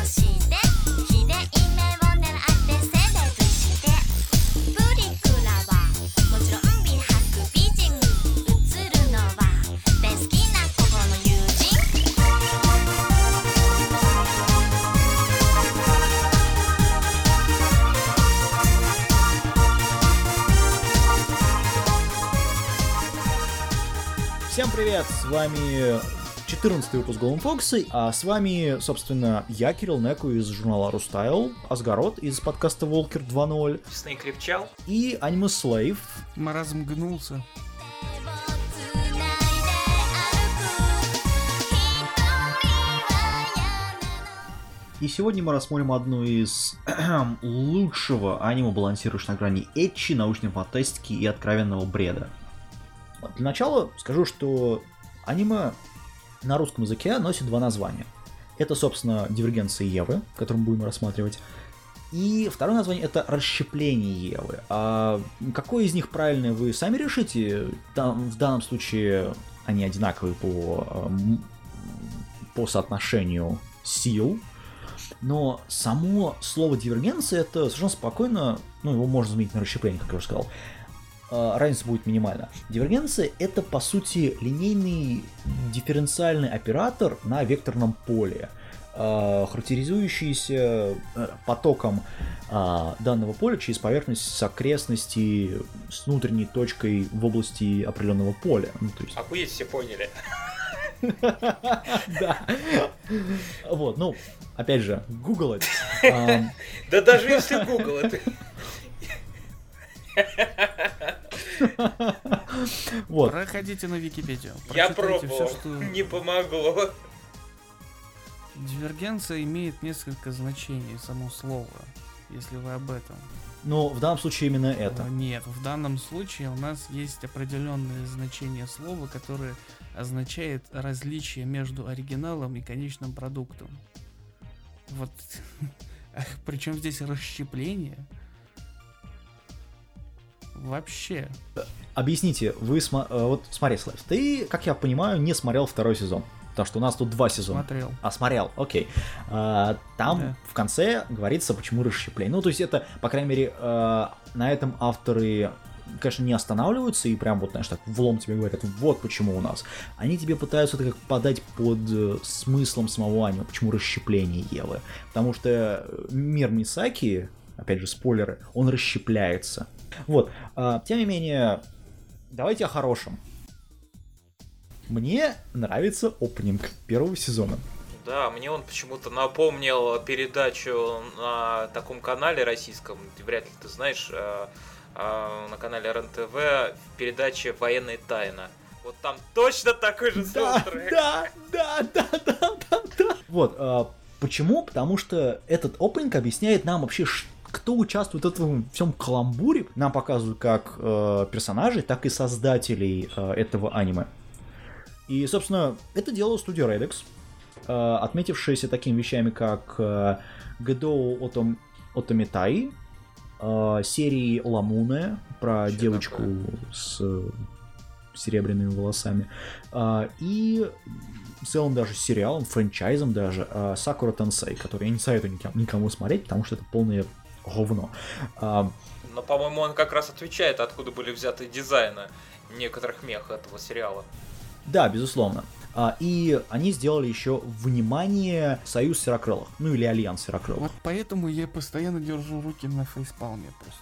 してひでい目を狙ってセレブしてプリクラはもちろん美白美人映るのは大好きなここの友人 Всем привет, с вами 14-й выпуск Golden Fox, а с вами, собственно, я, Кирилл Неку из журнала Рустайл, Асгарот из подкаста Волкер 2.0 Снейк крепчал. и Аниме Слейв. Маразм гнулся. И сегодня мы рассмотрим одну из лучшего аниме, балансирующего на грани этчи, научной фантастики и откровенного бреда. Для начала скажу, что аниме на русском языке носит два названия. Это, собственно, «Дивергенция Евы», которую мы будем рассматривать. И второе название — это «Расщепление Евы». А какое из них правильное, вы сами решите. В данном случае они одинаковые по соотношению сил. Но само слово «дивергенция» — это совершенно спокойно, его можно заменить на «расщепление», как я уже сказал. Разница будет минимальна. Дивергенция — это, по сути, линейный дифференциальный оператор на векторном поле, характеризующийся потоком данного поля через поверхность с окрестностей с внутренней точкой в области определенного поля. Охуеть, все поняли. Да. Вот, опять же, Google это. Да даже если Google это... Вот. Проходите на Википедию. Я Прочитайте пробовал, всё, что... не помогло. Дивергенция имеет несколько значений, само слово, если вы об этом. Но в данном случае именно это. Нет, в данном случае у нас есть определенное значение слова, которое означает различие между оригиналом и конечным продуктом. Вот. Причем здесь расщепление. Вообще. Объясните, вот смотри, Слайв, ты, как я понимаю, не смотрел второй сезон. Потому что у нас тут 2 сезона. Смотрел. Смотрел, окей. Там в конце говорится, почему расщепление. То есть это, по крайней мере, на этом авторы, конечно, не останавливаются и прям вот, знаешь, так в лом тебе говорят, вот почему у нас. Они тебе пытаются это как подать под смыслом самого аниме, почему расщепление Евы. Потому что мир Мисаки, опять же, спойлеры, он расщепляется. Вот, тем не менее, давайте о хорошем. Мне нравится опенинг первого сезона. Да, мне он почему-то напомнил передачу на таком канале российском, вряд ли ты знаешь, на канале РЕН-ТВ, передача «Военная тайна». Вот там точно такой же саундтрек. Да. Вот, почему? Потому что этот опенинг объясняет нам вообще, кто участвует в этом всем каламбуре. Нам показывают как персонажей, так и создателей этого аниме. И, собственно, это делала студия Redex, отметившаяся такими вещами, как Гэдоу Отомитай, серии Ламуне про девочку с серебряными волосами, и в целом даже сериалом, франчайзом даже, Сакура Тенсей, который я не советую никому смотреть, потому что это полное говно. Но, по-моему, он как раз отвечает, откуда были взяты дизайны некоторых мех этого сериала. Да, безусловно. И они сделали еще «Внимание! Союз Серокрылых». Или Альянс Серокрылых. Вот поэтому я постоянно держу руки на фейспалме просто.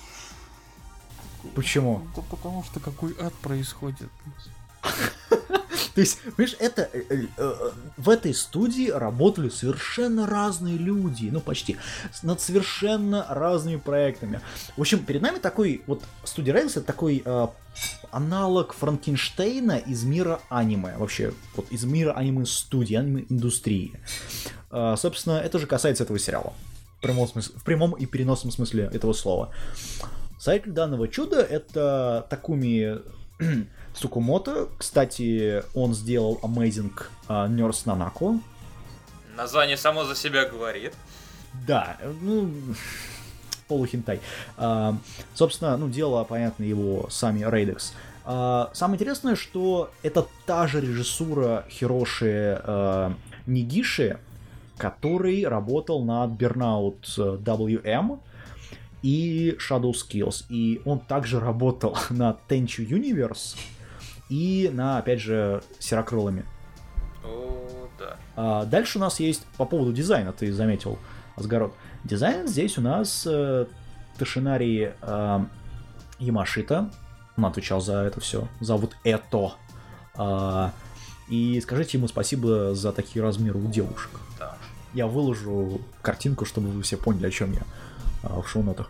Почему? Да потому что какой ад происходит. То есть, понимаешь, в этой студии работали совершенно разные люди, почти, над совершенно разными проектами. В общем, перед нами такой, студия Redex — это такой аналог Франкенштейна из мира аниме, вообще, из мира аниме-студии, аниме-индустрии. Собственно, это же касается этого сериала, в прямом и переносном смысле этого слова. Создатель данного чуда — это Такуми Цукумото. Кстати, он сделал Amazing Nurse Nanako. Название само за себя говорит. Да, полухентай. Собственно, дело, понятно, его сами Redex. Самое интересное, что это та же режиссура Хироши Нигиши, который работал над Burnout WM и Shadow Skills. И он также работал над Tenchu Universe и на, опять же, Серокрылыми. О, да. Дальше у нас есть по поводу дизайна, ты заметил, Асгарот. Дизайн здесь у нас Тошинари Ямашита. Он отвечал за это все. Зовут Это. И скажите ему спасибо за такие размеры у девушек. Да. Я выложу картинку, чтобы вы все поняли, о чем я в шоу-нотах.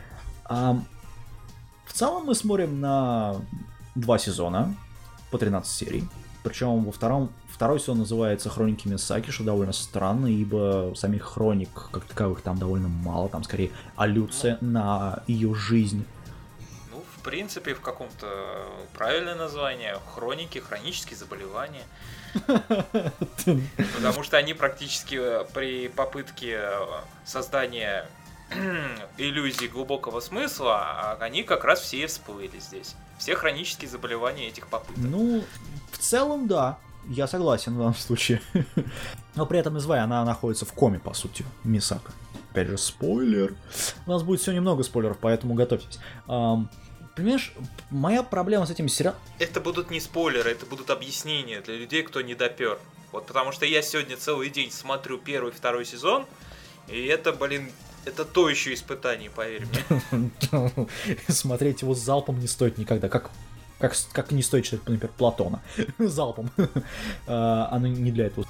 В целом мы смотрим на 2 сезона по 13 серий. Причем второй сезон называется «Хроники Мисаки», что довольно странно, ибо самих хроник как таковых там довольно мало. Там скорее аллюция на ее жизнь. Ну, в принципе, в каком-то правильное название. Хроники, хронические заболевания. Потому что они практически при попытке создания иллюзии глубокого смысла, они как раз все и всплыли здесь. Все хронические заболевания этих попыток. Ну, в целом, да. Я согласен в данном случае. Но при этом называя, она находится в коме, по сути, Мисака. Опять же, спойлер. У нас будет сегодня много спойлеров, поэтому готовьтесь. Понимаешь, моя проблема с этим сериалом... Это будут не спойлеры, это будут объяснения для людей, кто не допер. Вот потому что я сегодня целый день смотрю 1 и 2 сезон, и это, блин, это то еще испытание, поверь мне. Смотреть его залпом не стоит никогда, как не стоит читать, например, Платона. Залпом. Оно не для этого.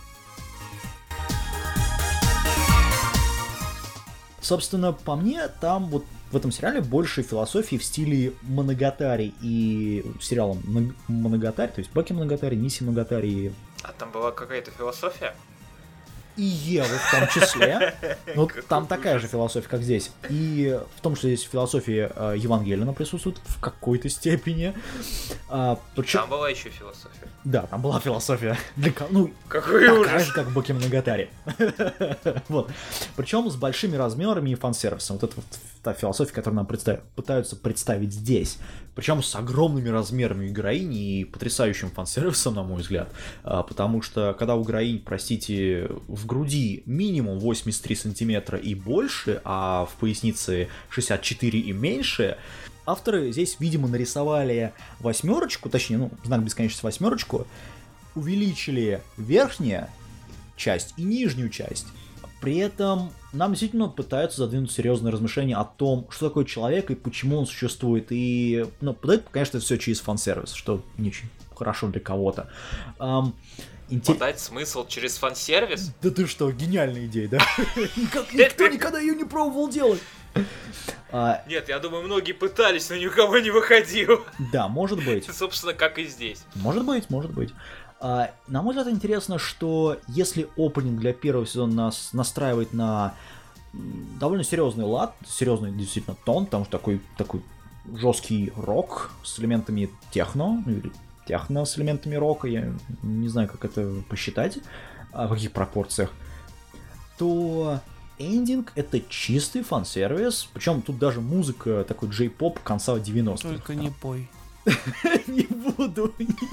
Собственно, по мне, там вот в этом сериале больше философии в стиле Моногатари и сериала Моногатари, то есть Баки Моногатари, Ниси Моногатари. А там была какая-то философия? И Евы в том числе. Ну, там такая же философия, как здесь. И в том, что здесь философия Евангелина присутствует в какой-то степени. Причем... Там была еще философия. Да, там была философия. Ну, какой такая ужас. же, как в Баки Моногатари. Вот. Причем с большими размерами и фан-сервисом. Вот это вот та философия, которую нам пытаются представить здесь. Причем с огромными размерами героини и потрясающим фан-сервисом, на мой взгляд. Потому что, когда у героинь, простите, в груди минимум 83 сантиметра и больше, а в пояснице 64 и меньше, авторы здесь, видимо, нарисовали 8, точнее, ну, знак бесконечности 8, увеличили верхнюю часть и нижнюю часть. При этом нам действительно пытаются задвинуть серьезное размышление о том, что такое человек и почему он существует. И, ну, подают, конечно, все через фан-сервис, что не очень хорошо для кого-то. Подать смысл через фан-сервис? Да ты что, гениальная идея, да? Никто никогда ее не пробовал делать. Нет, я думаю, многие пытались, но ни у кого не выходило. Да, может быть. Собственно, как и здесь. Может быть. На мой взгляд, интересно, что если опенинг для 1 сезона нас настраивает на довольно серьезный лад, серьезный действительно тон, потому что такой жесткий рок с элементами техно, или техно с элементами рока, я не знаю, как это посчитать, в каких пропорциях, то эндинг — это чистый фан-сервис, причем тут даже музыка такой джей-поп конца 90-х. Только не пой. Не буду.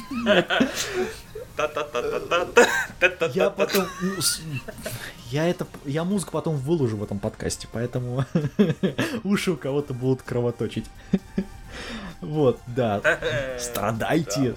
Я потом... Я музыку потом выложу в этом подкасте, поэтому уши у кого-то будут кровоточить. Вот, да. Страдайте.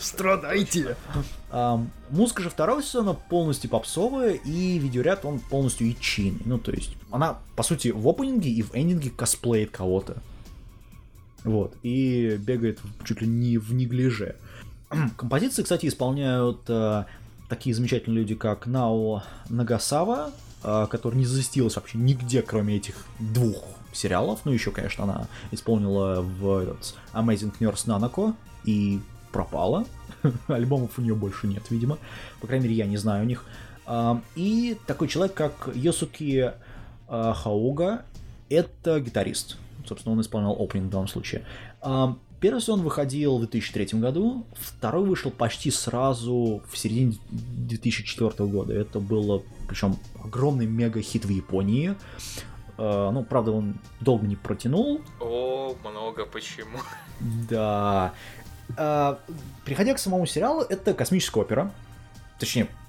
Музыка же 2 сезона полностью попсовая, и видеоряд он полностью ичинный. Ну, то есть, она, по сути, в опенинге и в эндинге косплеит кого-то. Вот, и бегает чуть ли не в неглиже. Композиции, кстати, исполняют такие замечательные люди, как Нао Нагасава, которая не засветилась вообще нигде, кроме этих 2 сериалов. Ну, еще, конечно, она исполнила в Amazing Nurse Nanako и пропала. Альбомов у нее больше нет, видимо. По крайней мере, я не знаю о них. И такой человек, как Йосуки Хауга, это гитарист. Собственно, он исполнял опенинг в данном случае. 1 сезон выходил в 2003 году, 2 вышел почти сразу в середине 2004 года. Это было, причем, огромный мега-хит в Японии. Ну, правда, он долго не протянул. О, много почему. Да. Приходя к самому сериалу, это космическая опера. Точнее,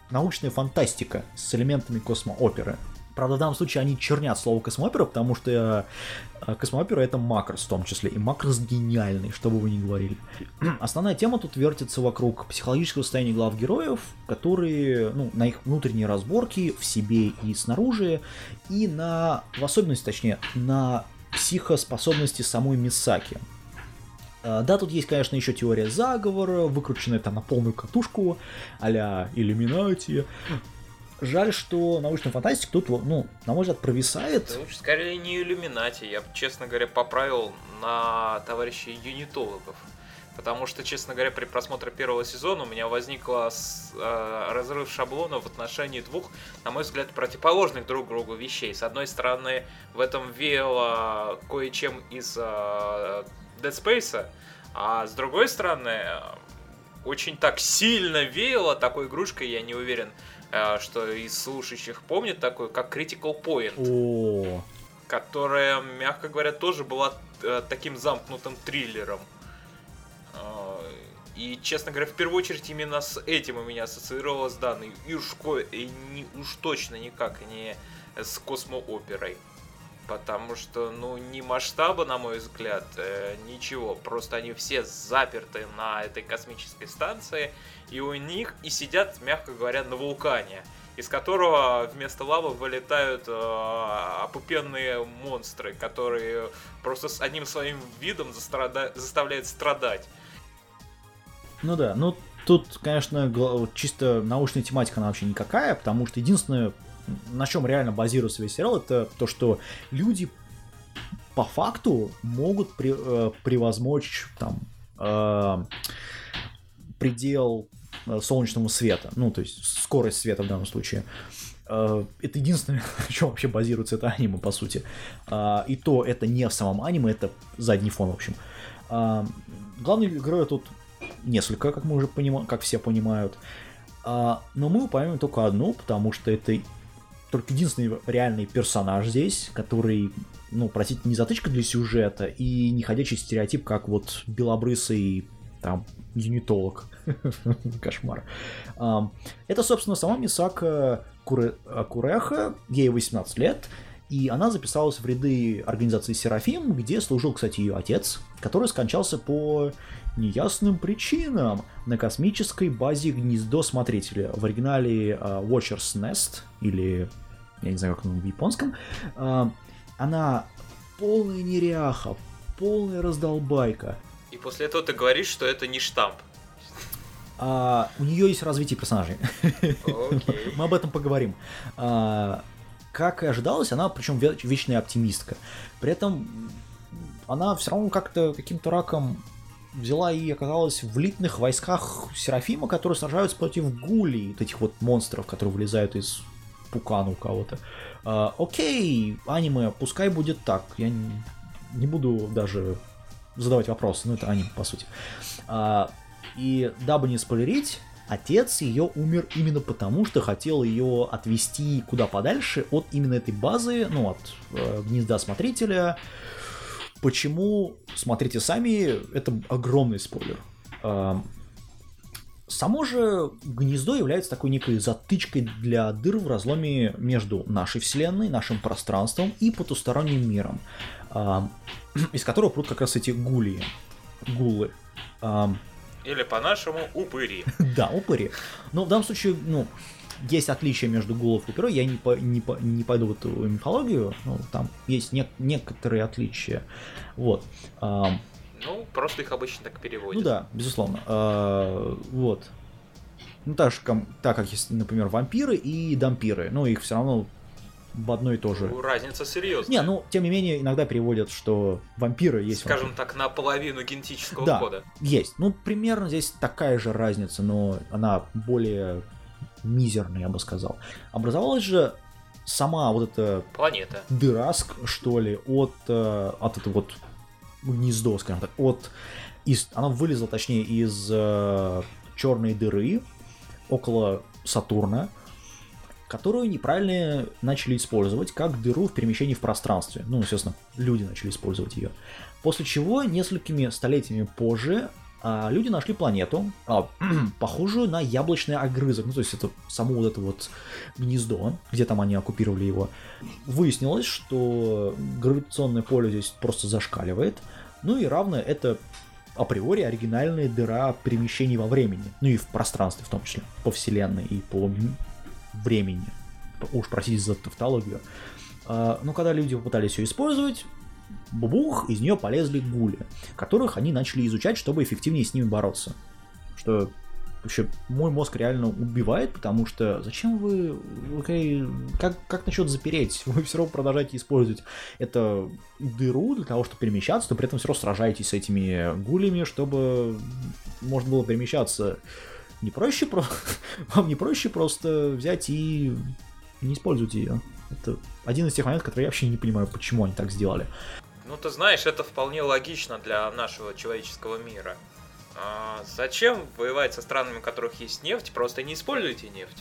научная фантастика с элементами космооперы. Правда, в данном случае они чернят слово космоопера, потому что космоопера — это Макрос в том числе, и Макрос гениальный, что бы вы ни говорили. Основная тема тут вертится вокруг психологического состояния глав героев, которые, на их внутренние разборки в себе и снаружи, и в особенности, точнее, на психоспособности самой Мисаки. Да, тут есть, конечно, еще теория заговора, выкрученная там на полную катушку, а-ля Иллюминати. Жаль, что научная фантастика тут, на мой взгляд, провисает. Лучше, скорее, не иллюминати. Я бы, честно говоря, поправил на товарищей юнитологов. Потому что, честно говоря, при просмотре первого сезона у меня возникло разрыв шаблона в отношении двух, на мой взгляд, противоположных друг другу вещей. С одной стороны, в этом веяло кое-чем из Dead Space, а с другой стороны, очень так сильно веяло такой игрушкой, я не уверен, что из слушающих помнят такую, как Critical Point, которая, мягко говоря, тоже была таким замкнутым триллером. И, честно говоря, в первую очередь именно с этим у меня ассоциировалось данный, и уж точно никак не с космооперой. Потому что, ни масштаба, на мой взгляд, ничего. Просто они все заперты на этой космической станции, и у них и сидят, мягко говоря, на вулкане, из которого вместо лавы вылетают опупенные монстры, которые просто с одним своим видом заставляют страдать. Тут, конечно, чисто научная тематика, она вообще никакая, потому что единственное, на чем реально базируется весь сериал, это то, что люди по факту могут превозмочь предел солнечного света, то есть скорость света в данном случае. Это единственное, на чем вообще базируется это аниме, по сути. И то это не в самом аниме, это задний фон, в общем. Главные герои тут несколько, как мы уже понимаем, как все понимают. Но мы упомянем только одну, потому что это только единственный реальный персонаж здесь, который, простите, не затычка для сюжета и не ходячий стереотип, как вот белобрысый юнитолог. Кошмар. Это, собственно, сама Мисака Курэха, ей 18 лет, и она записалась в ряды организации Серафим, где служил, кстати, ее отец, который скончался по неясным причинам на космической базе Гнездо Смотрителя. В оригинале Watcher's Nest, или я не знаю, как он в японском. Она полная неряха, полная раздолбайка. И после этого ты говоришь, что это не штамп. У нее есть развитие персонажей. Okay. Мы об этом поговорим. Как и ожидалось, она, причем, вечная оптимистка. При этом она все равно как-то каким-то раком взяла и оказалась в элитных войсках Серафима, которые сражаются против гулей, вот этих вот монстров, которые вылезают из пукана у кого-то. Окей, аниме, пускай будет так. Я не буду даже задавать вопросы, это аниме, по сути. И дабы не спойлерить, отец ее умер именно потому, что хотел ее отвезти куда подальше от именно этой базы, от Гнезда Смотрителя. Почему? Смотрите сами, это огромный спойлер. Само же гнездо является такой некой затычкой для дыр в разломе между нашей вселенной, нашим пространством и потусторонним миром, из которого прут как раз эти гуллы. Или по-нашему упыри. Да, упыри. Но в данном случае, есть отличия между гуллов и упырей. Я не пойду в эту мифологию, но там есть некоторые отличия. Вот. Просто их обычно так переводят. Да, безусловно. Вот. Так как есть, например, вампиры и дампиры. Их все равно в одно и то же. Разница серьезная. Тем не менее, иногда переводят, что вампиры есть. Скажем так, наполовину генетического кода. Есть. Примерно здесь такая же разница, но она более мизерная, я бы сказал. Образовалась же сама вот эта планета. Дыра, что ли, от этого вот гнездо, скажем так, она вылезла, точнее, из черной дыры около Сатурна, которую неправильно начали использовать как дыру в перемещении в пространстве. Естественно, люди начали использовать ее. После чего, несколькими столетиями позже, люди нашли планету, похожую на яблочный огрызок. Ну, то есть это само вот это вот гнездо, где там они оккупировали его. Выяснилось, что гравитационное поле здесь просто зашкаливает. Ну и равно это априори оригинальная дыра перемещений во времени. Ну и в пространстве в том числе. По вселенной и по времени. Уж простите за тавтологию. Но когда люди попытались ее использовать, бубух, из нее полезли гули, которых они начали изучать, чтобы эффективнее с ними бороться. Что вообще мой мозг реально убивает, потому что зачем вы... Как насчет запереть? Вы все равно продолжаете использовать эту дыру для того, чтобы перемещаться, но при этом все равно сражаетесь с этими гулями, чтобы можно было перемещаться. Не проще Вам не проще просто взять и не использовать ее? Это один из тех моментов, которые я вообще не понимаю, почему они так сделали. Ну, ты знаешь, это вполне логично для нашего человеческого мира. Зачем воевать со странами, у которых есть нефть? Просто не используйте нефть.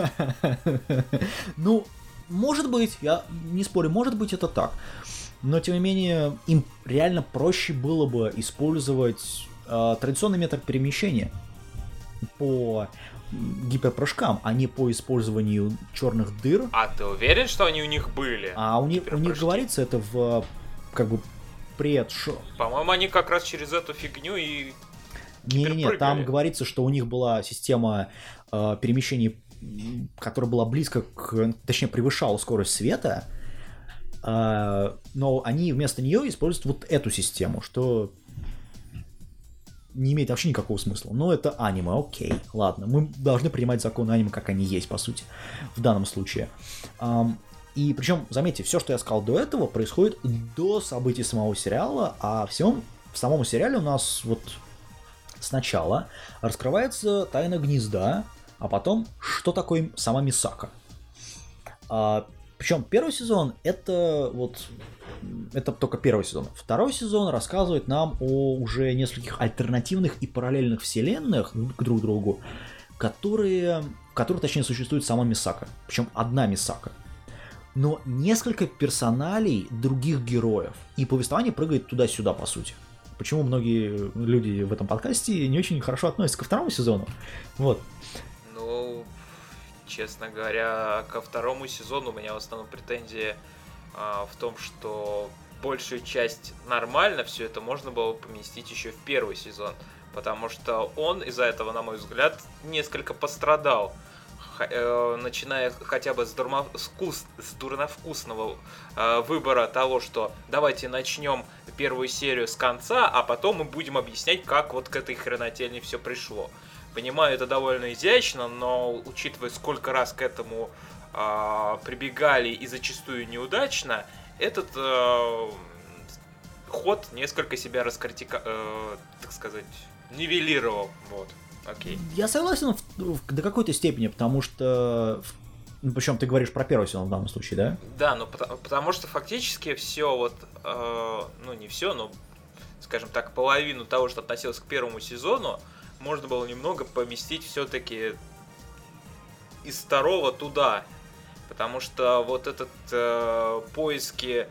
Ну, может быть, я не спорю, может быть это так. Но, тем не менее, им реально проще было бы использовать традиционный метод перемещения по гиперпрыжкам, а не по использованию черных дыр. А ты уверен, что они у них были? А у них говорится это в как бы предшо. По-моему, они как раз через эту фигню и Не, там говорится, что у них была система перемещений, которая была близко точнее, превышала скорость света, но они вместо нее используют вот эту систему, что не имеет вообще никакого смысла. Но это аниме, окей, ладно. Мы должны принимать законы аниме, как они есть, по сути, в данном случае. И причем, заметьте, все, что я сказал до этого, происходит до событий самого сериала, а в самом сериале у нас вот сначала раскрывается тайна гнезда, а потом, что такое сама Мисака. Причем первый сезон это только первый сезон. Второй сезон рассказывает нам о уже нескольких альтернативных и параллельных вселенных к друг другу, в которых, точнее, существует сама Мисака. Причем одна Мисака. Но несколько персоналей других героев. И повествование прыгает туда-сюда, по сути. Почему многие люди в этом подкасте не очень хорошо относятся ко второму сезону. Вот. Ну, честно говоря, ко второму сезону у меня в основном претензии в том, что большую часть нормально все это можно было поместить еще в первый сезон. Потому что он из-за этого, на мой взгляд, несколько пострадал. Начиная хотя бы с дурновкусного выбора того, что давайте начнем первую серию с конца, а потом мы будем объяснять, как вот к этой хренотельне все пришло. Понимаю, это довольно изящно, но учитывая, сколько раз к этому прибегали и зачастую неудачно, этот ход несколько себя так сказать, нивелировал. Вот. Окей. Я согласен до какой-то степени, потому что... Причем ты говоришь про первый сезон в данном случае, да? Да, ну потому что фактически все вот... ну не все, но, скажем так, половину того, что относилось к первому сезону, можно было немного поместить все-таки из второго туда. Потому что вот этот поиски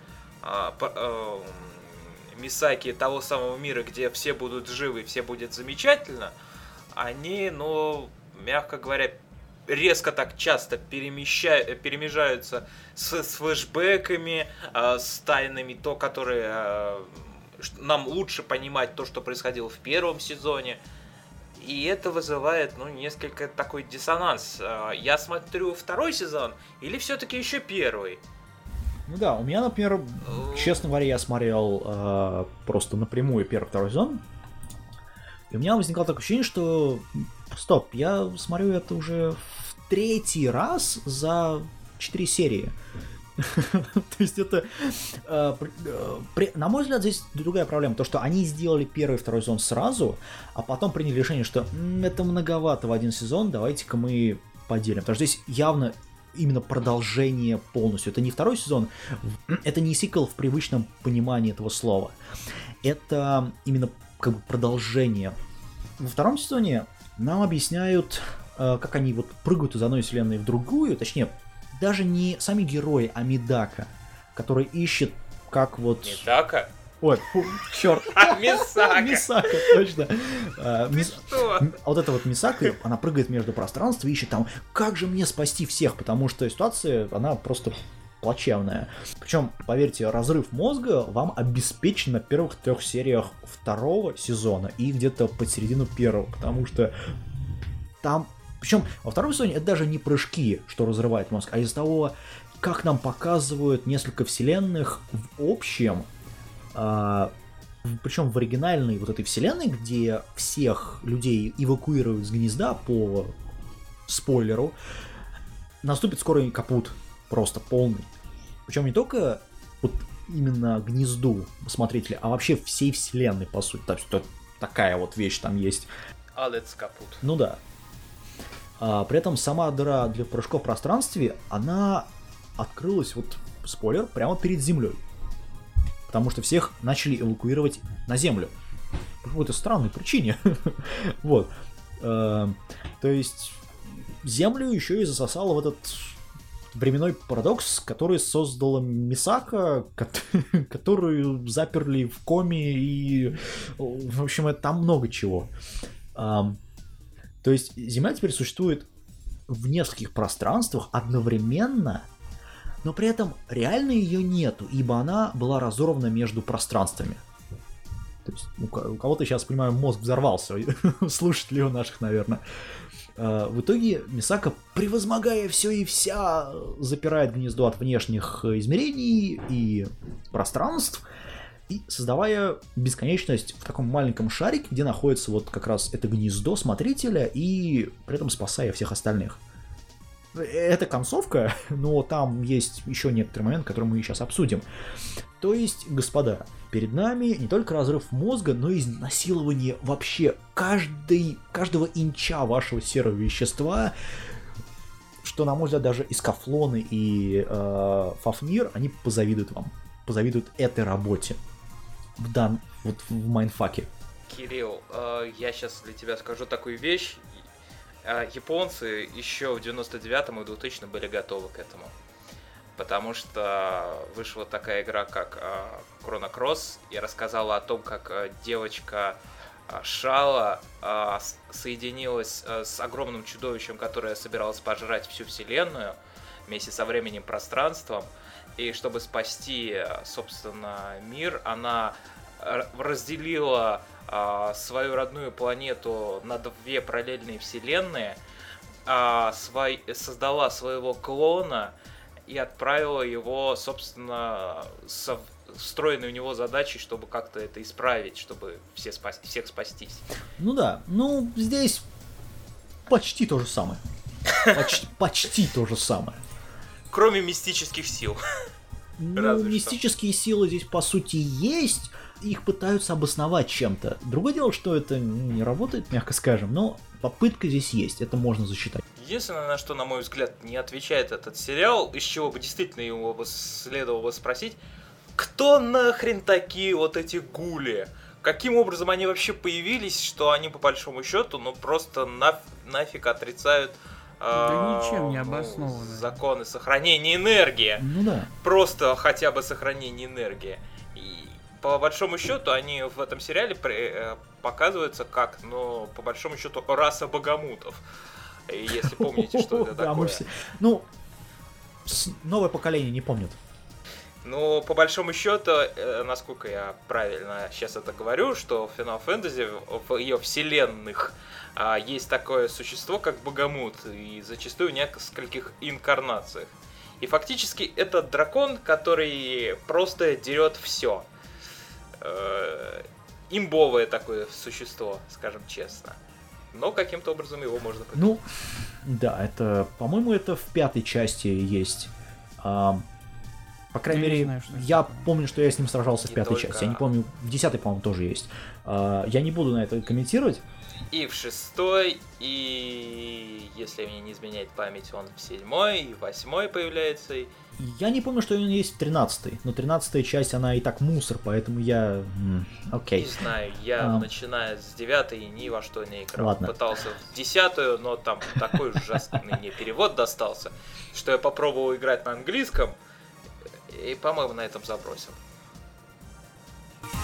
Мисаки того самого мира, где все будут живы, все будет замечательно, они, ну, мягко говоря, резко так часто перемежаются с флешбэками, с тайнами, которые нам лучше понимать то, что происходило в первом сезоне. И это вызывает, ну, несколько такой диссонанс. Я смотрю второй сезон или все-таки еще первый? Ну да, у меня, например, честно говоря, я смотрел просто напрямую первый-второй сезон. И у меня возникало такое ощущение, что стоп, я смотрю это уже в третий раз за 4 серии. То есть это, на мой взгляд, здесь другая проблема. То, что они сделали первый и второй сезон сразу, а потом приняли решение, что это многовато в один сезон, давайте-ка мы поделим. Потому что здесь явно именно продолжение полностью. Это не второй сезон, это не сиквел в привычном понимании этого слова. Это именно как бы продолжение. Во втором сезоне нам объясняют, как они вот прыгают из одной вселенной в другую, точнее, даже не сами герои, а Мидака, который ищет, как вот... Мидака? Ой, черт. Мисака. Мисака, точно. Что? А вот эта вот Мисака, она прыгает между пространствами и ищет там, как же мне спасти всех, потому что ситуация, она просто плачевная. Причем, поверьте, разрыв мозга вам обеспечен на первых 3 сериях 2 сезона и где-то под середину 1, потому что там... Причем во 2 сезоне это даже не прыжки, что разрывает мозг, а из-за того, как нам показывают несколько вселенных в общем, причем в оригинальной вот этой вселенной, где всех людей эвакуируют с гнезда по спойлеру, наступит скоро капут, просто полный. Причем не только вот именно гнезду смотрителя, а вообще всей вселенной, по сути. То есть такая вот вещь там есть. Алец капут. Ну да. При этом сама дыра для прыжков в пространстве, она открылась, вот спойлер, прямо перед землей. Потому что всех начали эвакуировать на землю. По какой-то странной причине. Вот. То есть землю еще и засосало в этот временной парадокс, который создала Мисака, которую заперли в коме и... В общем, там много чего. То есть Земля теперь существует в нескольких пространствах одновременно, но при этом реально ее нету, ибо она была разорвана между пространствами. То есть у кого-то сейчас, понимаю, мозг взорвался, слушателей у наших, наверное. В итоге Мисака, превозмогая все и вся, запирает гнездо от внешних измерений и пространств, и создавая бесконечность в таком маленьком шарике, где находится вот как раз это гнездо смотрителя, и при этом спасая всех остальных. Это концовка, но там есть еще некоторый момент, который мы сейчас обсудим. То есть, господа, перед нами не только разрыв мозга, но и изнасилование вообще каждого инча вашего серого вещества, что, на мой взгляд, даже и Скафлоны, и Фафнир, они позавидуют вам. Позавидуют этой работе. Вот в майндфаке. Кирилл, я сейчас для тебя скажу такую вещь. Японцы еще в 99-м и 2000-м были готовы к этому. Потому что вышла такая игра, как Chrono Cross, и рассказала о том, как девочка Шала соединилась с огромным чудовищем, которое собиралось пожрать всю вселенную вместе со временем и пространством. И чтобы спасти, собственно, мир, она разделила свою родную планету на 2 параллельные вселенные, создала своего клона и отправила его, собственно, со встроенной у него задачей, чтобы как-то это исправить, чтобы всех спастись. Ну да, здесь почти то же самое. Почти то же самое. Кроме мистических сил. Мистические силы здесь, по сути, есть. Их пытаются обосновать чем-то. Другое дело, что это не работает, мягко скажем, но попытка здесь есть, это можно засчитать. Единственное, на что, на мой взгляд, не отвечает этот сериал, из чего бы действительно его следовало бы спросить, кто нахрен такие вот эти гули? Каким образом они вообще появились, что они, по большому счету, просто нафиг отрицают да ничем не обоснованно. Законы сохранения энергии. Ну да. Просто хотя бы сохранение энергии. И по большому счету они в этом сериале показываются как, по большому счету, раса богомутов. Если помните, что это такое. Новое поколение не помнит. По большому счету, насколько я правильно сейчас это говорю, что в Final Fantasy, в ее вселенных, есть такое существо, как богомут, и зачастую в нескольких инкарнациях. И фактически это дракон, который просто дерет все. Имбовое такое существо, скажем честно. Но каким-то образом его можно победить. Да, это, по-моему, это в 5-й части есть. По крайней мере, я помню, что я с ним сражался в 5-й части. Я не помню, в 10-й, по-моему, тоже есть. Я не буду на это комментировать. И в 6-й, и если мне не изменяет память, он в 7-й, и в 8-й появляется. Я не помню, что он есть в 13-й, но 13-я часть, она и так мусор, поэтому я... Окей. Не знаю, я начиная с 9-й ни во что не играл. Ладно. Пытался в 10-ю, но там такой ужасный мне перевод достался, что я попробовал играть на английском, и, по-моему, на этом забросил.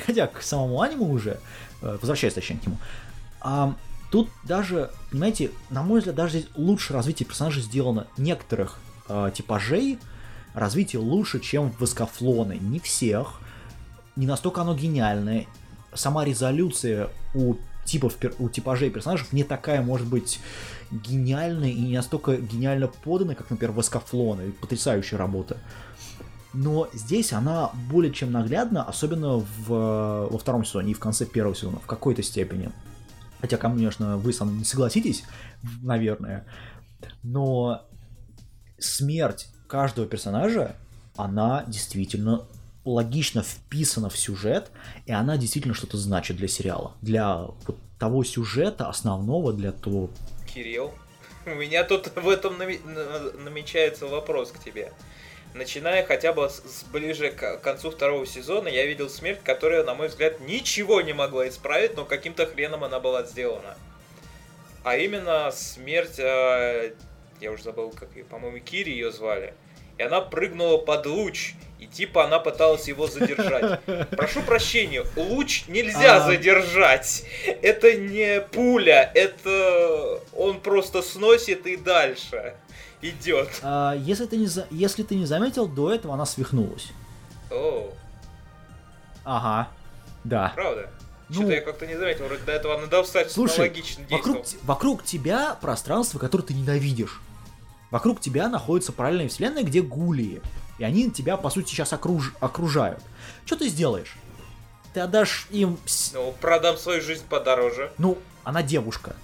переходя к самому аниме уже, возвращаясь, точнее, к нему, тут даже, понимаете, на мой взгляд, даже здесь лучше развитие персонажей сделано некоторых типажей, развитие лучше, чем в Воскофлоны. Не всех, не настолько оно гениальное. Сама резолюция у типажей персонажей не такая, может быть, гениальная и не настолько гениально поданная, как, например, Воскофлоны. Потрясающая работа. Но здесь она более чем наглядна, особенно во втором сезоне и в конце первого сезона, в какой-то степени. Хотя, конечно, вы со мной не согласитесь, наверное, но смерть каждого персонажа, она действительно логично вписана в сюжет, и она действительно что-то значит для сериала. Для вот того сюжета основного, для того... Кирилл, у меня тут в этом намечается вопрос к тебе. Начиная хотя бы ближе к концу второго сезона, я видел смерть, которая, на мой взгляд, ничего не могла исправить, но каким-то хреном она была сделана. А именно смерть, я уже забыл, как ее, по-моему, Кири ее звали. И она прыгнула под луч, и типа она пыталась его задержать. Прошу прощения, луч нельзя задержать. Это не пуля, это он просто сносит и дальше идет. Если ты не заметил, до этого она свихнулась. О. Ага, да. Правда? Что-то я как-то не заметил, вроде до этого она достаточно логично действовала. Вокруг тебя пространство, которое ты ненавидишь. Вокруг тебя находится параллельная вселенная, где гулии. И они тебя, по сути, сейчас окружают. Что ты сделаешь? Ты отдашь им... Ну, продам свою жизнь подороже. Ну, она девушка.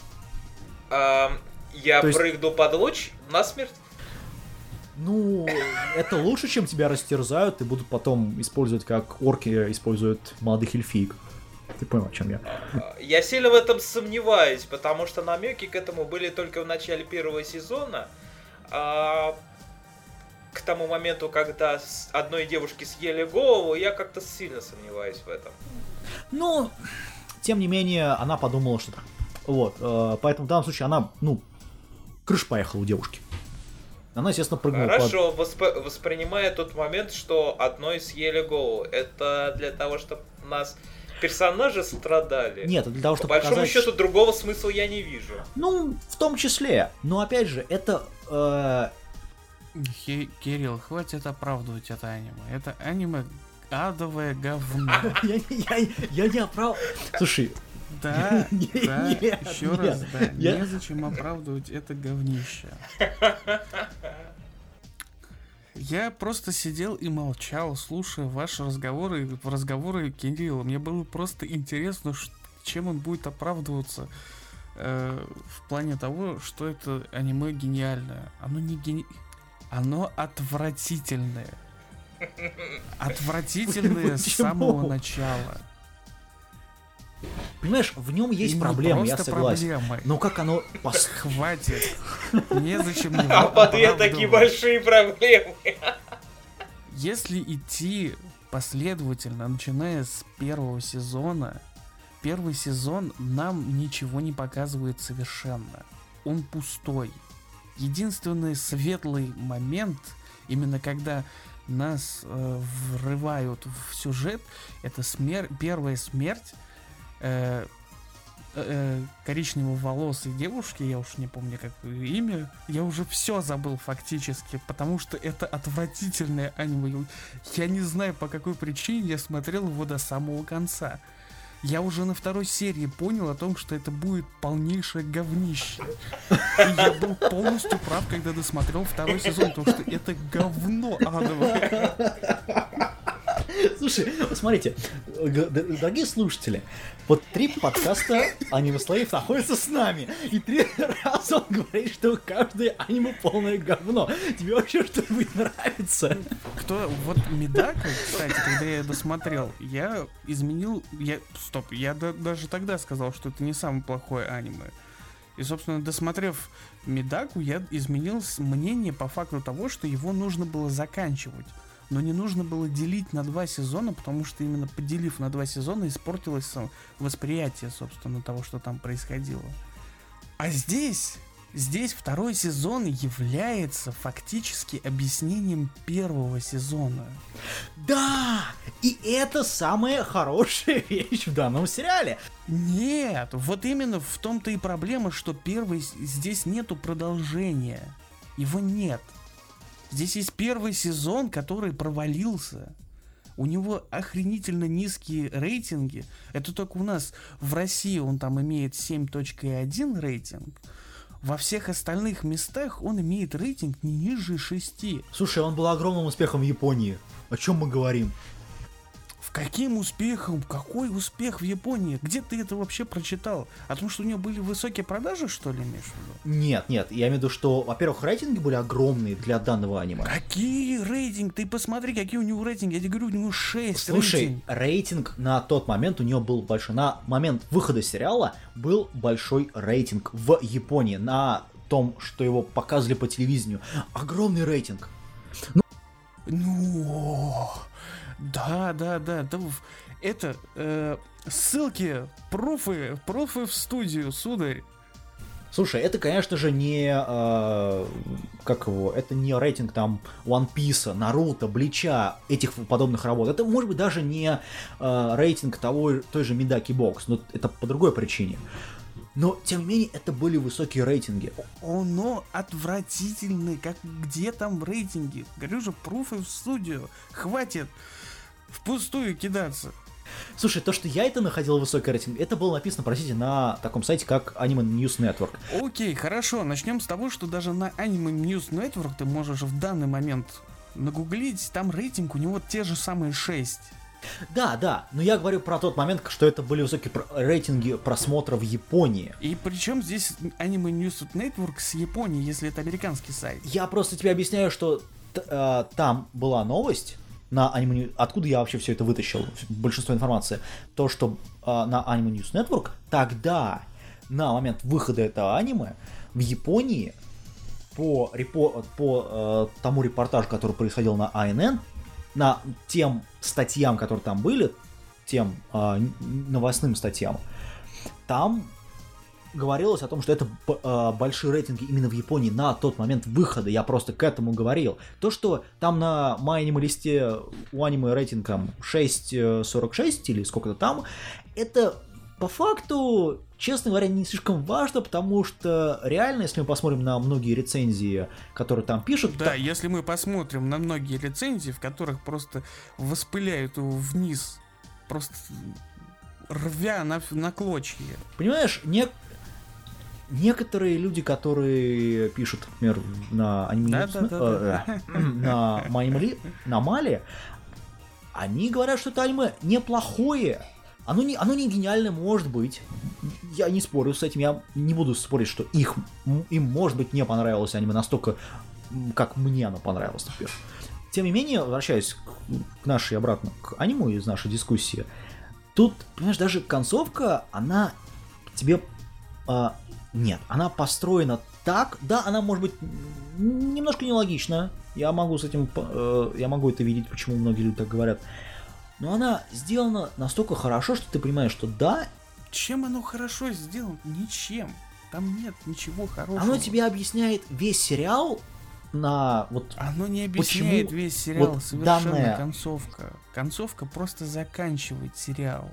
Я прыгну под луч насмерть? Ну, это лучше, чем тебя растерзают и будут потом использовать, как орки используют молодых эльфиек. Ты понял, о чем я? Я сильно в этом сомневаюсь, потому что намеки к этому были только в начале первого сезона. К тому моменту, когда одной девушке съели голову, я как-то сильно сомневаюсь в этом. Ну, тем не менее, она подумала, что так. Вот, поэтому в данном случае она, крыша поехала у девушки. Она, естественно, прыгнула. Хорошо, воспринимая тот момент, что одной съели голову. Это для того, чтобы нас персонажи страдали? Нет, это для того, чтобы по большому счету, другого смысла я не вижу. Ну, в том числе. Но, опять же, это... Кирилл, хватит оправдывать это аниме. Это аниме адовое говно. Я не оправдываю... Слушай... Да, еще раз, да. Незачем оправдывать это говнище. Я просто сидел и молчал, слушая ваши разговоры Кирилла. Мне было просто интересно, чем он будет оправдываться в плане того, что это аниме гениальное. Оно не оно отвратительное. Отвратительное с самого начала. Понимаешь, в нем есть проблемы, я согласен. Проблемы. Но как оно... Хватит. Незачем его А по две такие большие проблемы. Если идти последовательно, начиная с первого сезона, первый сезон нам ничего не показывает совершенно. Он пустой. Единственный светлый момент, именно когда нас врывают в сюжет, это первая смерть коричнево-волосой девушки, я уж не помню, как ее имя, я уже все забыл фактически, потому что это отвратительное аниме. Я не знаю, по какой причине я смотрел его до самого конца. Я уже на второй серии понял о том, что это будет полнейшее говнище. И я был полностью прав, когда досмотрел второй сезон, потому что это говно адовое. Слушай, смотрите, дорогие слушатели, вот 3 подкаста Аниме Слейв находятся с нами, и 3 раза он говорит, что каждое аниме полное говно. Тебе вообще что-нибудь нравится? Вот Медака, кстати, когда я досмотрел, я изменил... Я даже тогда сказал, что это не самое плохое аниме. И, собственно, досмотрев Медаку, я изменил мнение по факту того, что его нужно было заканчивать. Но не нужно было делить на 2 сезона, потому что именно поделив на 2 сезона, испортилось восприятие, собственно, того, что там происходило. А здесь здесь второй сезон является фактически объяснением первого сезона. Да! И это самая хорошая вещь в данном сериале. Нет, вот именно в том-то и проблема, что здесь нету продолжения. Его нет. Здесь есть первый сезон, который провалился. У него охренительно низкие рейтинги. Это только у нас в России он там имеет 7.1 рейтинг. Во всех остальных местах он имеет рейтинг не ниже 6. Слушай, он был огромным успехом в Японии. О чем мы говорим? Каким успехом? Какой успех в Японии? Где ты это вообще прочитал? О том, что у него были высокие продажи, что ли, имеешь в виду? Нет, я имею в виду, что, во-первых, рейтинги были огромные для данного аниме. Какие рейтинги? Ты посмотри, какие у него рейтинги. Я тебе говорю, у него 6 Слушай, рейтинг. рейтинг на тот момент у него был большой. На момент выхода сериала был большой рейтинг в Японии. На том, что его показывали по телевидению. Огромный рейтинг. Да, это ссылки, пруфы в студию, сударь. Слушай, это, конечно же, не... Это не рейтинг там One Piece, Наруто, Блича, этих подобных работ. Это, может быть, даже не рейтинг той же Мидаки Бокс, но это по другой причине. Но, тем не менее, это были высокие рейтинги. Оно отвратительный, где там рейтинги? Говорю же, пруфы в студию. Хватит впустую кидаться. Слушай, то, что я это находил высокий рейтинг, это было написано, простите, на таком сайте, как Anime News Network. Окей, хорошо, начнем с того, что даже на Anime News Network ты можешь в данный момент нагуглить, там рейтинг у него те же самые 6. Да, но я говорю про тот момент, что это были высокие рейтинги просмотра в Японии. И причем здесь Anime News Network с Японии, если это американский сайт? Я просто тебе объясняю, что там была новость на Anime News, откуда я вообще все это вытащил, большинство информации, то, что на Anime News Network тогда, на момент выхода этого аниме, в Японии по тому репортажу, который происходил на ANN, на тем статьям, которые там были, тем новостным статьям, там говорилось о том, что это большие рейтинги именно в Японии на тот момент выхода. Я просто к этому говорил. То, что там на моем листе у аниме рейтингом 6.46 или сколько-то там, это по факту, честно говоря, не слишком важно, потому что реально, если мы посмотрим на многие рецензии, которые там пишут... Да, если мы посмотрим на многие рецензии, в которых просто воспыляют его вниз, просто рвя на клочья. Понимаешь, некоторые люди, которые пишут, например, на аниме, на Мале, они говорят, что это аниме неплохое. Оно не гениальное, может быть. Я не спорю с этим, я не буду спорить, что им, может быть, не понравилось аниме настолько, как мне оно понравилось, например. Тем не менее, возвращаясь к нашей обратно к аниме из нашей дискуссии, тут, понимаешь, даже концовка, она тебе... Нет, она построена так, да, она может быть немножко нелогична, я могу это видеть, почему многие люди так говорят, но она сделана настолько хорошо, что ты понимаешь, что да... Чем оно хорошо сделано? Ничем. Там нет ничего хорошего. Оно тебе объясняет весь сериал на вот... Оно не объясняет весь сериал, вот совершенно данная... концовка. Концовка просто заканчивает сериал.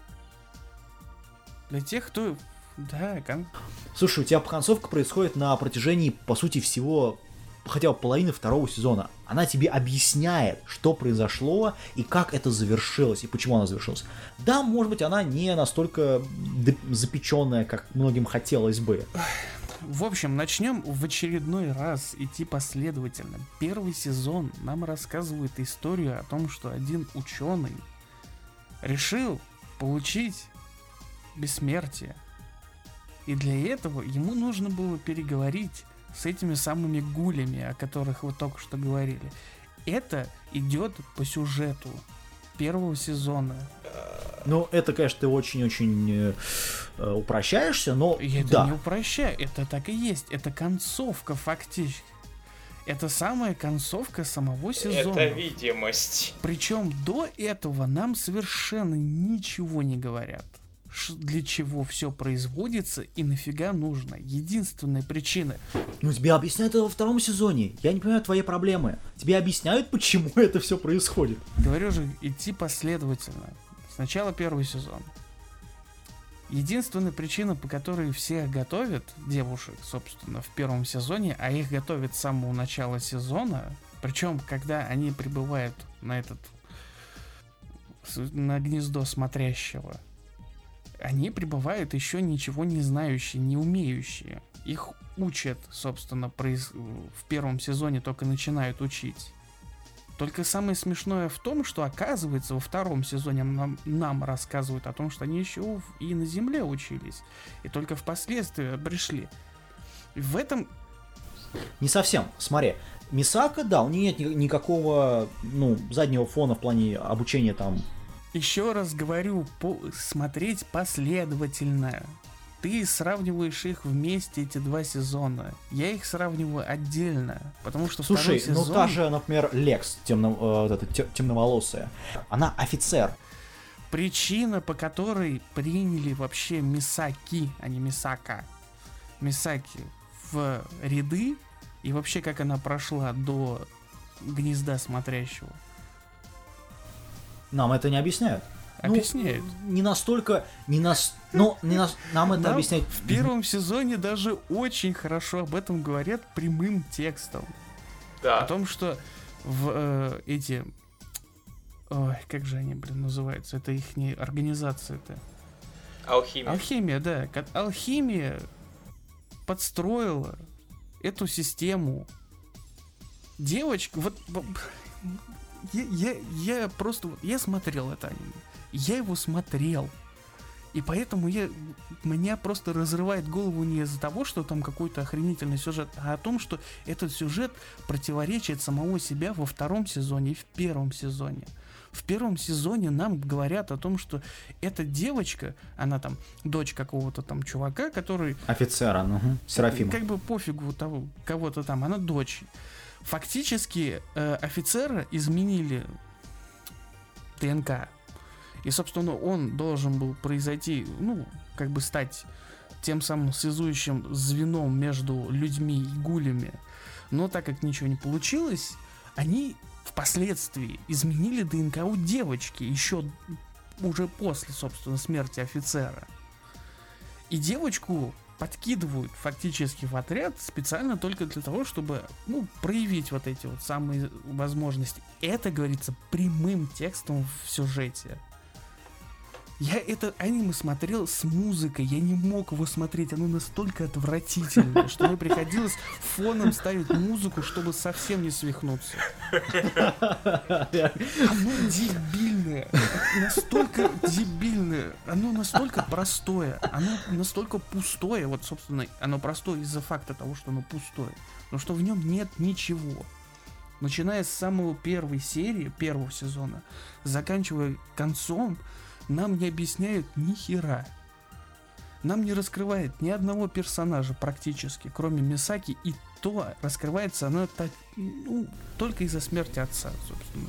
Для тех, кто... Да, Слушай, у тебя концовка происходит на протяжении, по сути, всего, хотя бы половины второго сезона. Она тебе объясняет, что произошло и как это завершилось, и почему оно завершилось. Да, может быть, она не настолько запеченная, как многим хотелось бы. В общем, начнем в очередной раз идти последовательно. Первый сезон нам рассказывает историю о том, что один ученый решил получить бессмертие. И для этого ему нужно было переговорить с этими самыми гулями, о которых вы только что говорили. Это идет по сюжету первого сезона. Ну, это, конечно, ты очень-очень упрощаешься, но И это да. не упрощаю, это так и есть. Это концовка фактически. Это самая концовка самого сезона. Это видимость. Причем до этого нам совершенно ничего не говорят. для чего все производится и нафига нужно. Единственная причина. Ну, тебе объясняют это во втором сезоне. Я не понимаю твоей проблемы. Тебе объясняют, почему это все происходит. Говорю же, идти последовательно. Сначала первый сезон. Единственная причина, по которой все готовят девушек, собственно, в первом сезоне, а их готовят с самого начала сезона, причем, когда они прибывают на гнездо смотрящего, они прибывают еще ничего не знающие, не умеющие. Их учат, собственно, в первом сезоне только начинают учить. Только самое смешное в том, что, оказывается, во втором сезоне нам рассказывают о том, что они еще и на Земле учились. И только впоследствии пришли. В этом... Не совсем. Смотри, Мисака, да, у нее нет никакого, заднего фона в плане обучения там. Еще раз говорю, смотреть последовательно. Ты сравниваешь их вместе, эти два сезона. Я их сравниваю отдельно, потому что слушай, второй сезон... та же, например, Лекс, темноволосая, она офицер. Причина, по которой приняли вообще Мисаки, а не Мисака, Мисаки в ряды, и вообще как она прошла до гнезда смотрящего. Нам это не объясняют. Объясняют. Не настолько... нам это объясняют. В первом сезоне даже очень хорошо об этом говорят прямым текстом. Да. О том, что в эти... Ой, как же они, называются? Это их не организация-то. Алхимия. Алхимия, да. Алхимия подстроила эту систему. Девочка, я просто... Я смотрел это аниме. Я его смотрел. И поэтому меня просто разрывает голову не из-за того, что там какой-то охренительный сюжет, а о том, что этот сюжет противоречит самого себя во втором сезоне и в первом сезоне. В первом сезоне нам говорят о том, что эта девочка, она там дочь какого-то там чувака, который... Офицера, Серафима. Как бы пофигу того, кого-то там, она дочь. Фактически офицера изменили ДНК. И, собственно, он должен был произойти, стать тем самым связующим звеном между людьми и гулями. Но так как ничего не получилось, они впоследствии изменили ДНК у девочки, еще уже после, собственно, смерти офицера. И девочку подкидывают фактически в отряд специально только для того, чтобы, проявить вот эти вот самые возможности. Это говорится прямым текстом в сюжете. Я это аниме смотрел с музыкой, я не мог его смотреть, оно настолько отвратительное, что мне приходилось фоном ставить музыку, чтобы совсем не свихнуться. Оно дебильное, настолько дебильное, оно настолько простое, оно настолько пустое, вот, собственно, оно простое из-за факта того, что оно пустое, но что в нем нет ничего. Начиная с самой первой серии, первого сезона, заканчивая концом, нам не объясняют ни хера. Нам не раскрывает ни одного персонажа практически, кроме Мисаки, и то раскрывается она только из-за смерти отца, собственно,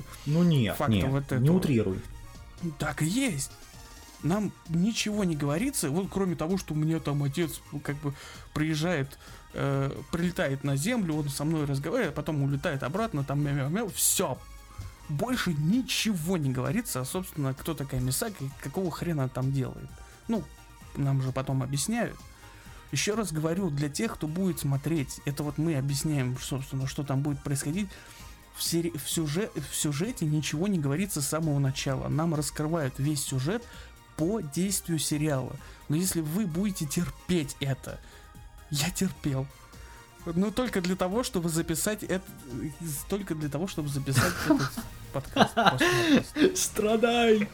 не утрируй. Так и есть. Нам ничего не говорится, вот кроме того, что у меня там отец приезжает, прилетает на землю, он со мной разговаривает, потом улетает обратно, там мяу-мяу-мяу, все. Больше ничего не говорится, собственно, кто такая Мисака и какого хрена она там делает. Нам же потом объясняют. Еще раз говорю, для тех, кто будет смотреть, это вот мы объясняем, собственно, что там будет происходить. В сюжете ничего не говорится с самого начала. Нам раскрывают весь сюжет по действию сериала. Но если вы будете терпеть это, я терпел. Но только для того, чтобы записать этот подкаст. Страдай!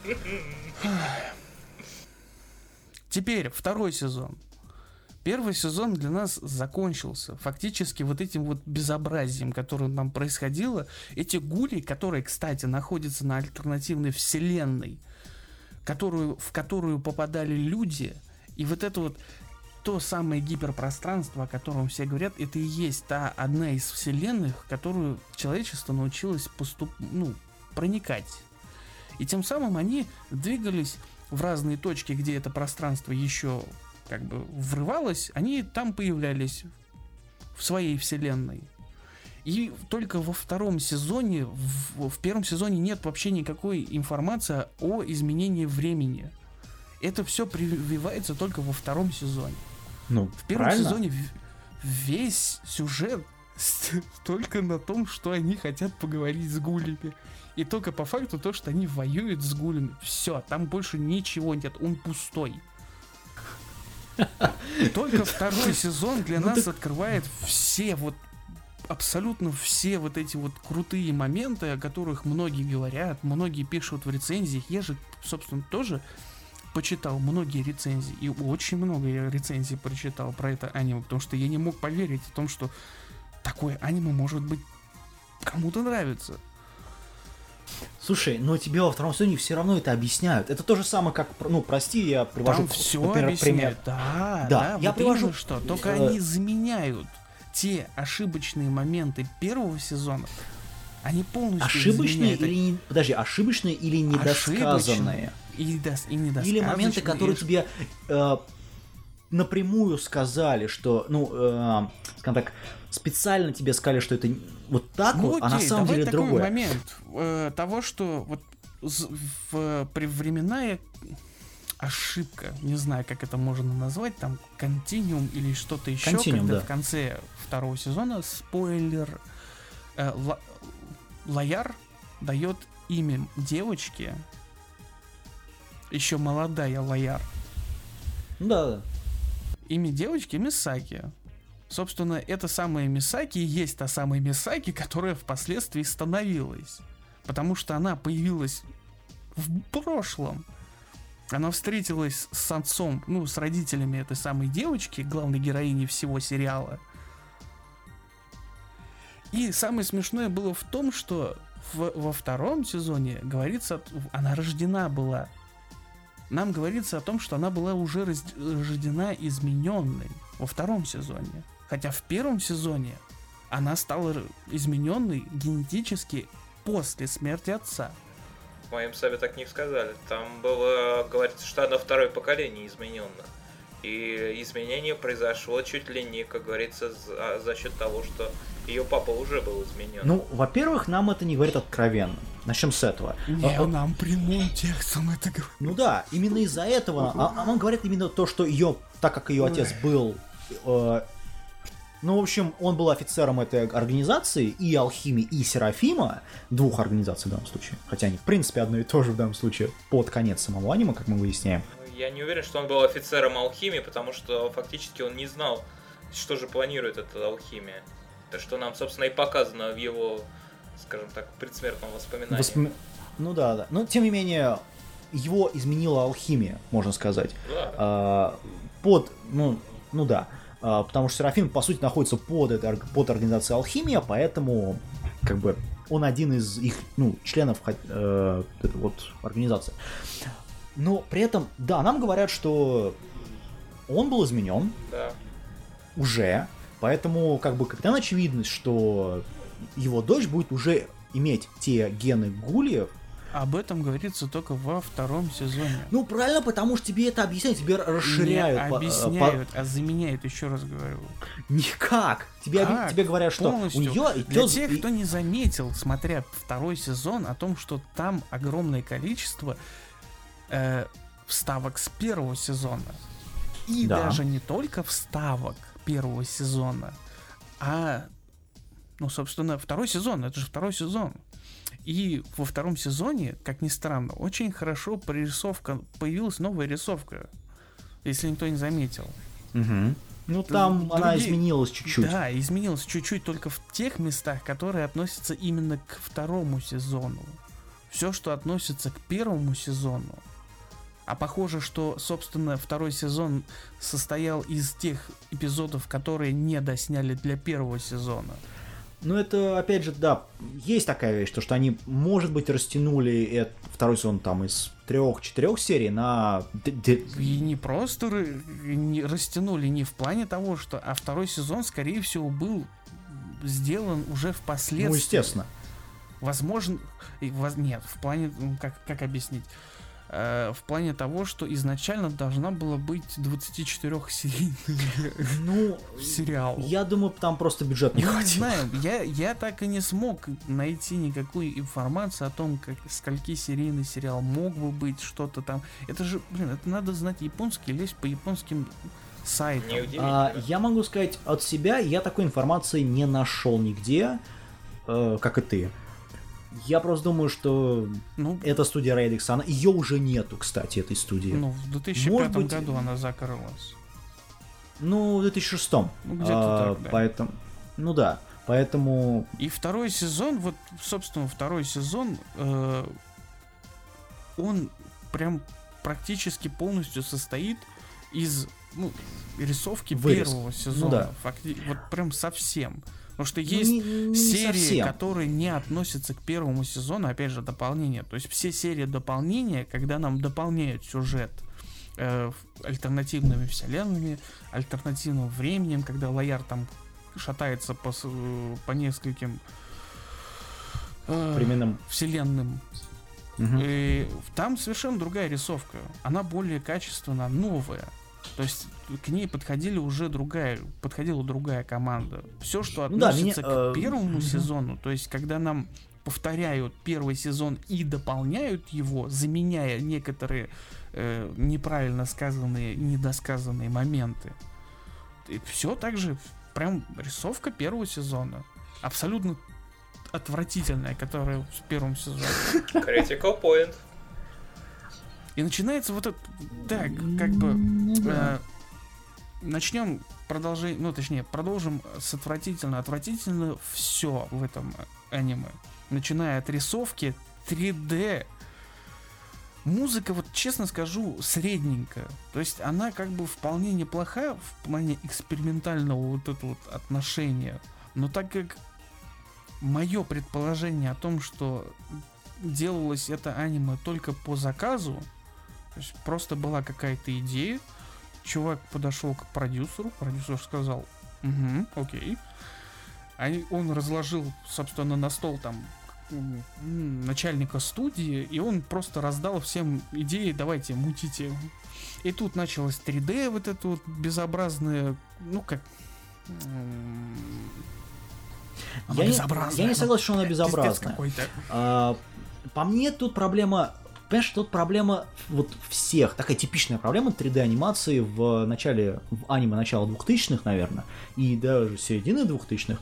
Теперь второй сезон. Первый сезон для нас закончился. Фактически вот этим вот безобразием, которое нам происходило. Эти гули, которые, кстати, находятся на альтернативной вселенной, в которую попадали люди, и вот это вот то самое гиперпространство, о котором все говорят, это и есть та одна из вселенных, в которую человечество научилось проникать. И тем самым они двигались в разные точки, где это пространство еще как бы врывалось, они там появлялись в своей вселенной. И только во втором сезоне, в первом сезоне нет вообще никакой информации о изменении времени. Это все прививается только во втором сезоне. Ну, В первом правильно? сезоне весь сюжет только на том, что они хотят поговорить с гулями. И только по факту то, что они воюют с гулями. Все, там больше ничего нет, он пустой. Только второй сезон для нас открывает все вот абсолютно все вот эти вот крутые моменты, о которых многие говорят, многие пишут в рецензиях. Я же, собственно, тоже почитал многие рецензии, и очень много я рецензий прочитал про это аниме, потому что я не мог поверить в том, что такое аниме может быть кому-то нравится. Слушай, но тебе во втором сезоне все равно это объясняют. Это то же самое, как, ну, прости, я привожу, Там все например, объясняют. пример. Да, я вот привожу... именно что. Только они заменяют те ошибочные моменты первого сезона. Они полностью Ошибочные изменяют. или не... Подожди, ошибочные или недосказанные? И недосказочные. Или моменты, которые тебе напрямую сказали, что, ну, скажем так, специально тебе сказали, что это вот так Ну, вот, а на окей, самом давай деле такой другое. момент того, что вот временная ошибка, не знаю, как это можно назвать, там, континуум или что-то еще, Континуум, когда да. в конце второго сезона, спойлер, Лояр дает имя девочке, еще молодая Лояр, Да. имя девочки Мисаки. Собственно, эта самая Мисаки и есть та самая Мисаки, которая впоследствии становилась. Потому что она появилась в прошлом. Она встретилась с отцом, ну, с родителями этой самой девочки, главной героини всего сериала. И самое смешное было в том, что во втором сезоне говорится, она рождена была. Нам говорится о том, что она была уже рождена измененной во втором сезоне. Хотя в первом сезоне она стала измененной генетически после смерти отца. В моем сабе так не сказали. Там было, говорится, что она второе поколение измененных. И изменение произошло чуть ли не, как говорится, за счет того, что ее папа уже был изменен. Ну, во-первых, нам это не говорит откровенно. Начнем с этого. Нам прямым текстом это говорит. Ну да, именно из-за этого. Нам говорит именно то, что ее, так как ее отец был... ну, в общем, он был офицером этой организации, и Алхимии, и Серафима, двух организаций в данном случае. Хотя они, в принципе, одно и то же в данном случае под конец самого аниме, как мы выясняем. Я не уверен, что он был офицером алхимии, потому что фактически он не знал, что же планирует эта алхимия. То, что нам, собственно, и показано в его, скажем так, предсмертном воспоминании. Ну да. Но, тем не менее, его изменила алхимия, можно сказать. Да. Да. Потому что Серафим, по сути, находится под организацией Алхимия, поэтому, как бы, он один из их, членов этой вот организации. Но при этом, да, нам говорят, что он был изменен. Да. Уже. Поэтому, как бы, капитан очевидность, что его дочь будет уже иметь те гены гульев. Об этом говорится только во втором сезоне. Ну, правильно, потому что тебе это объясняют, тебе расширяют. Не объясняют, а заменяют, еще раз говорю. Никак. Тебе говорят, что полностью. у нее... Для тех, кто не заметил, смотря второй сезон, о том, что там огромное количество вставок с первого сезона. И да. даже не только вставок первого сезона, а, собственно, второй сезон. Это же второй сезон. И во втором сезоне, как ни странно, очень хорошо появилась новая рисовка, если никто не заметил. Угу. Ну, там она изменилась чуть-чуть. Да, изменилась чуть-чуть только в тех местах, которые относятся именно к второму сезону. Все, что относится к первому сезону. А похоже, что, собственно, второй сезон состоял из тех эпизодов, которые не досняли для первого сезона. Ну, это, опять же, да, есть такая вещь, что они, может быть, растянули второй сезон там из 3-4 серий на... И не просто растянули, не в плане того, что... А второй сезон, скорее всего, был сделан уже впоследствии. Ну, естественно. Возможно... Нет, в плане... Как объяснить? в плане того, что изначально должна была быть 24-серийный сериал. Я думаю, там просто бюджет не Не хватил. знаю, я так и не смог найти никакой информации о том, как скольки серийный сериал мог бы быть, что-то там. Это же, это надо знать японский, лезть по японским сайтам. Неудивительно. Я могу сказать от себя, я такой информации не нашел нигде, как и ты. Я просто думаю, что Ну, эта студия Radix, ее уже нету, кстати, этой студии. ну, в 2005 Может быть, году она закрылась. Ну, в 2006. Ну, где-то так, да. Поэтому, ну да, поэтому... И второй сезон, вот, собственно, второй сезон, он прям практически полностью состоит из рисовки Вырез. первого сезона. Ну да. Вот прям совсем. Потому что Ну, есть не серии, совсем. которые не относятся к первому сезону, опять же, дополнение. То есть все серии дополнения, когда нам дополняют сюжет альтернативными вселенными, альтернативным временем, когда Лояр там шатается по нескольким Временным. вселенным. Мгм. И там совершенно другая рисовка. Она более качественно новая. То есть к ней подходила другая команда. Все, что Ну да, относится меня, к первому мгм. сезону, то есть когда нам повторяют первый сезон и дополняют его, заменяя некоторые неправильно сказанные, недосказанные моменты. И все так же, прям рисовка первого сезона. Абсолютно отвратительная, которая в первом сезоне. Critical point. И начинается вот это, так, как бы, Ну да. начнем продолжение, ну, точнее, продолжим с отвратительно. Отвратительно все в этом аниме. Начиная от рисовки, 3D. Музыка, вот честно скажу, средненькая. То есть она как бы вполне неплоха в плане экспериментального вот этого вот отношения. Но так как мое предположение о том, что делалось это аниме только по заказу, то есть просто была какая-то идея, чувак подошел к продюсеру, продюсер сказал, угу, окей. Он разложил, собственно, на стол там начальника студии, и он просто раздал всем идеи, давайте, мутите. И тут началось 3D, вот это вот безобразное, ну как... Оно Я безобразное, не оно согласен, что она пиздец безобразная. какой-то. По мне тут проблема... Понимаешь, тут проблема вот всех. Такая типичная проблема 3D-анимации в аниме начала 2000-х, наверное, и даже середины 2000-х.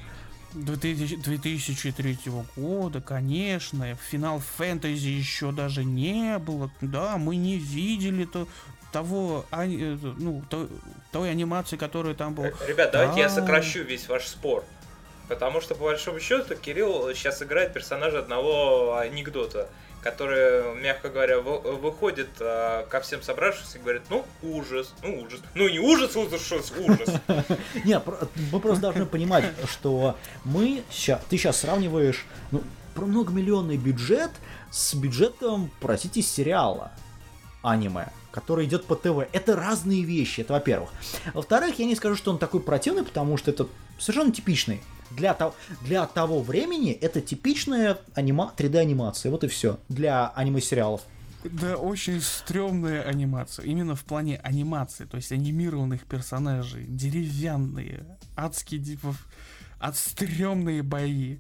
2003 года, конечно, Final Fantasy еще даже не было, да, мы не видели той анимации, которая там была. Ребят, давайте я Да. сокращу весь ваш спор. Потому что, по большому счету, Кирилл сейчас играет персонажа одного анекдота, который, мягко говоря, выходит ко всем собравшимся и говорит, ну, ужас. Ну, не ужас, ужас. Нет, мы просто должны понимать, что ты сейчас сравниваешь про многомиллионный бюджет с бюджетом, простите, сериала аниме, который идет по ТВ. Это разные вещи, это во-первых. Во-вторых, я не скажу, что он такой противный, потому что это совершенно типичный. Для того времени это типичная 3D-анимация, вот и все. Для аниме-сериалов. Да, очень стрёмная анимация. Именно в плане анимации. То есть анимированных персонажей. Деревянные. Адские, типа, отстрёмные бои.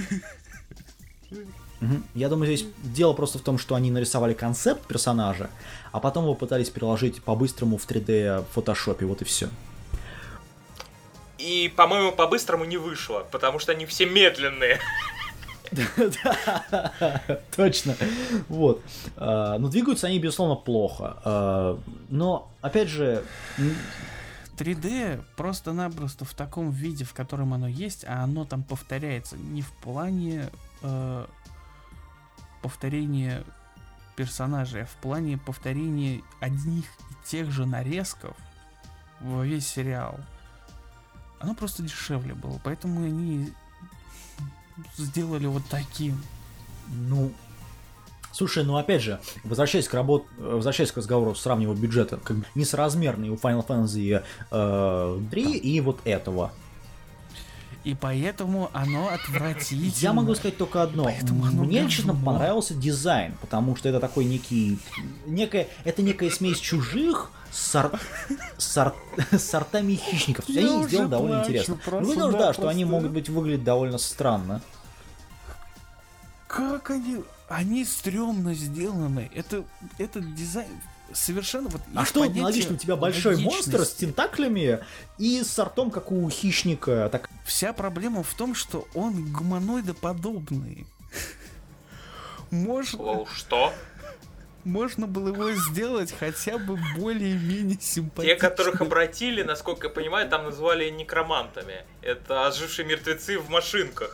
Я думаю, здесь дело просто в том, что они нарисовали концепт персонажа, а потом его пытались переложить по-быстрому в 3D в фотошопе, вот и все. И, по-моему, по-быстрому не вышло, потому что они все медленные. Да, точно. Вот. Но двигаются они, безусловно, плохо. Но, опять же... 3D просто-напросто в таком виде, в котором оно есть, а оно там повторяется не в плане повторения персонажей, а в плане повторения одних и тех же нарезков во весь сериал. Оно просто дешевле было, поэтому они сделали вот таким. Ну, слушай, опять же, возвращаясь к разговору, сравнивая бюджеты, как бы несоразмерные у Final Fantasy 3 и вот этого. И поэтому оно отвратительно. Я могу сказать только одно. Поэтому оно Мне, говно. честно, понравился дизайн, потому что это такой некая смесь чужих с сортами хищников. То есть Я они уже сделаны довольно плачу, интересно. просто, Ну, потому что, да, что они просто. могут быть выглядеть довольно странно. Как они стрёмно сделаны. Этот дизайн совершенно вот. А есть что вот понятие аналогично? У тебя большой монстр с логичности. тентаклями и с сортом, как у хищника. Так, Вся проблема в том, что он гуманоидоподобный. Что? Можно было его сделать хотя бы более-менее Те, симпатично. которых обратили, насколько я понимаю, там назвали некромантами. Это ожившие мертвецы в машинках.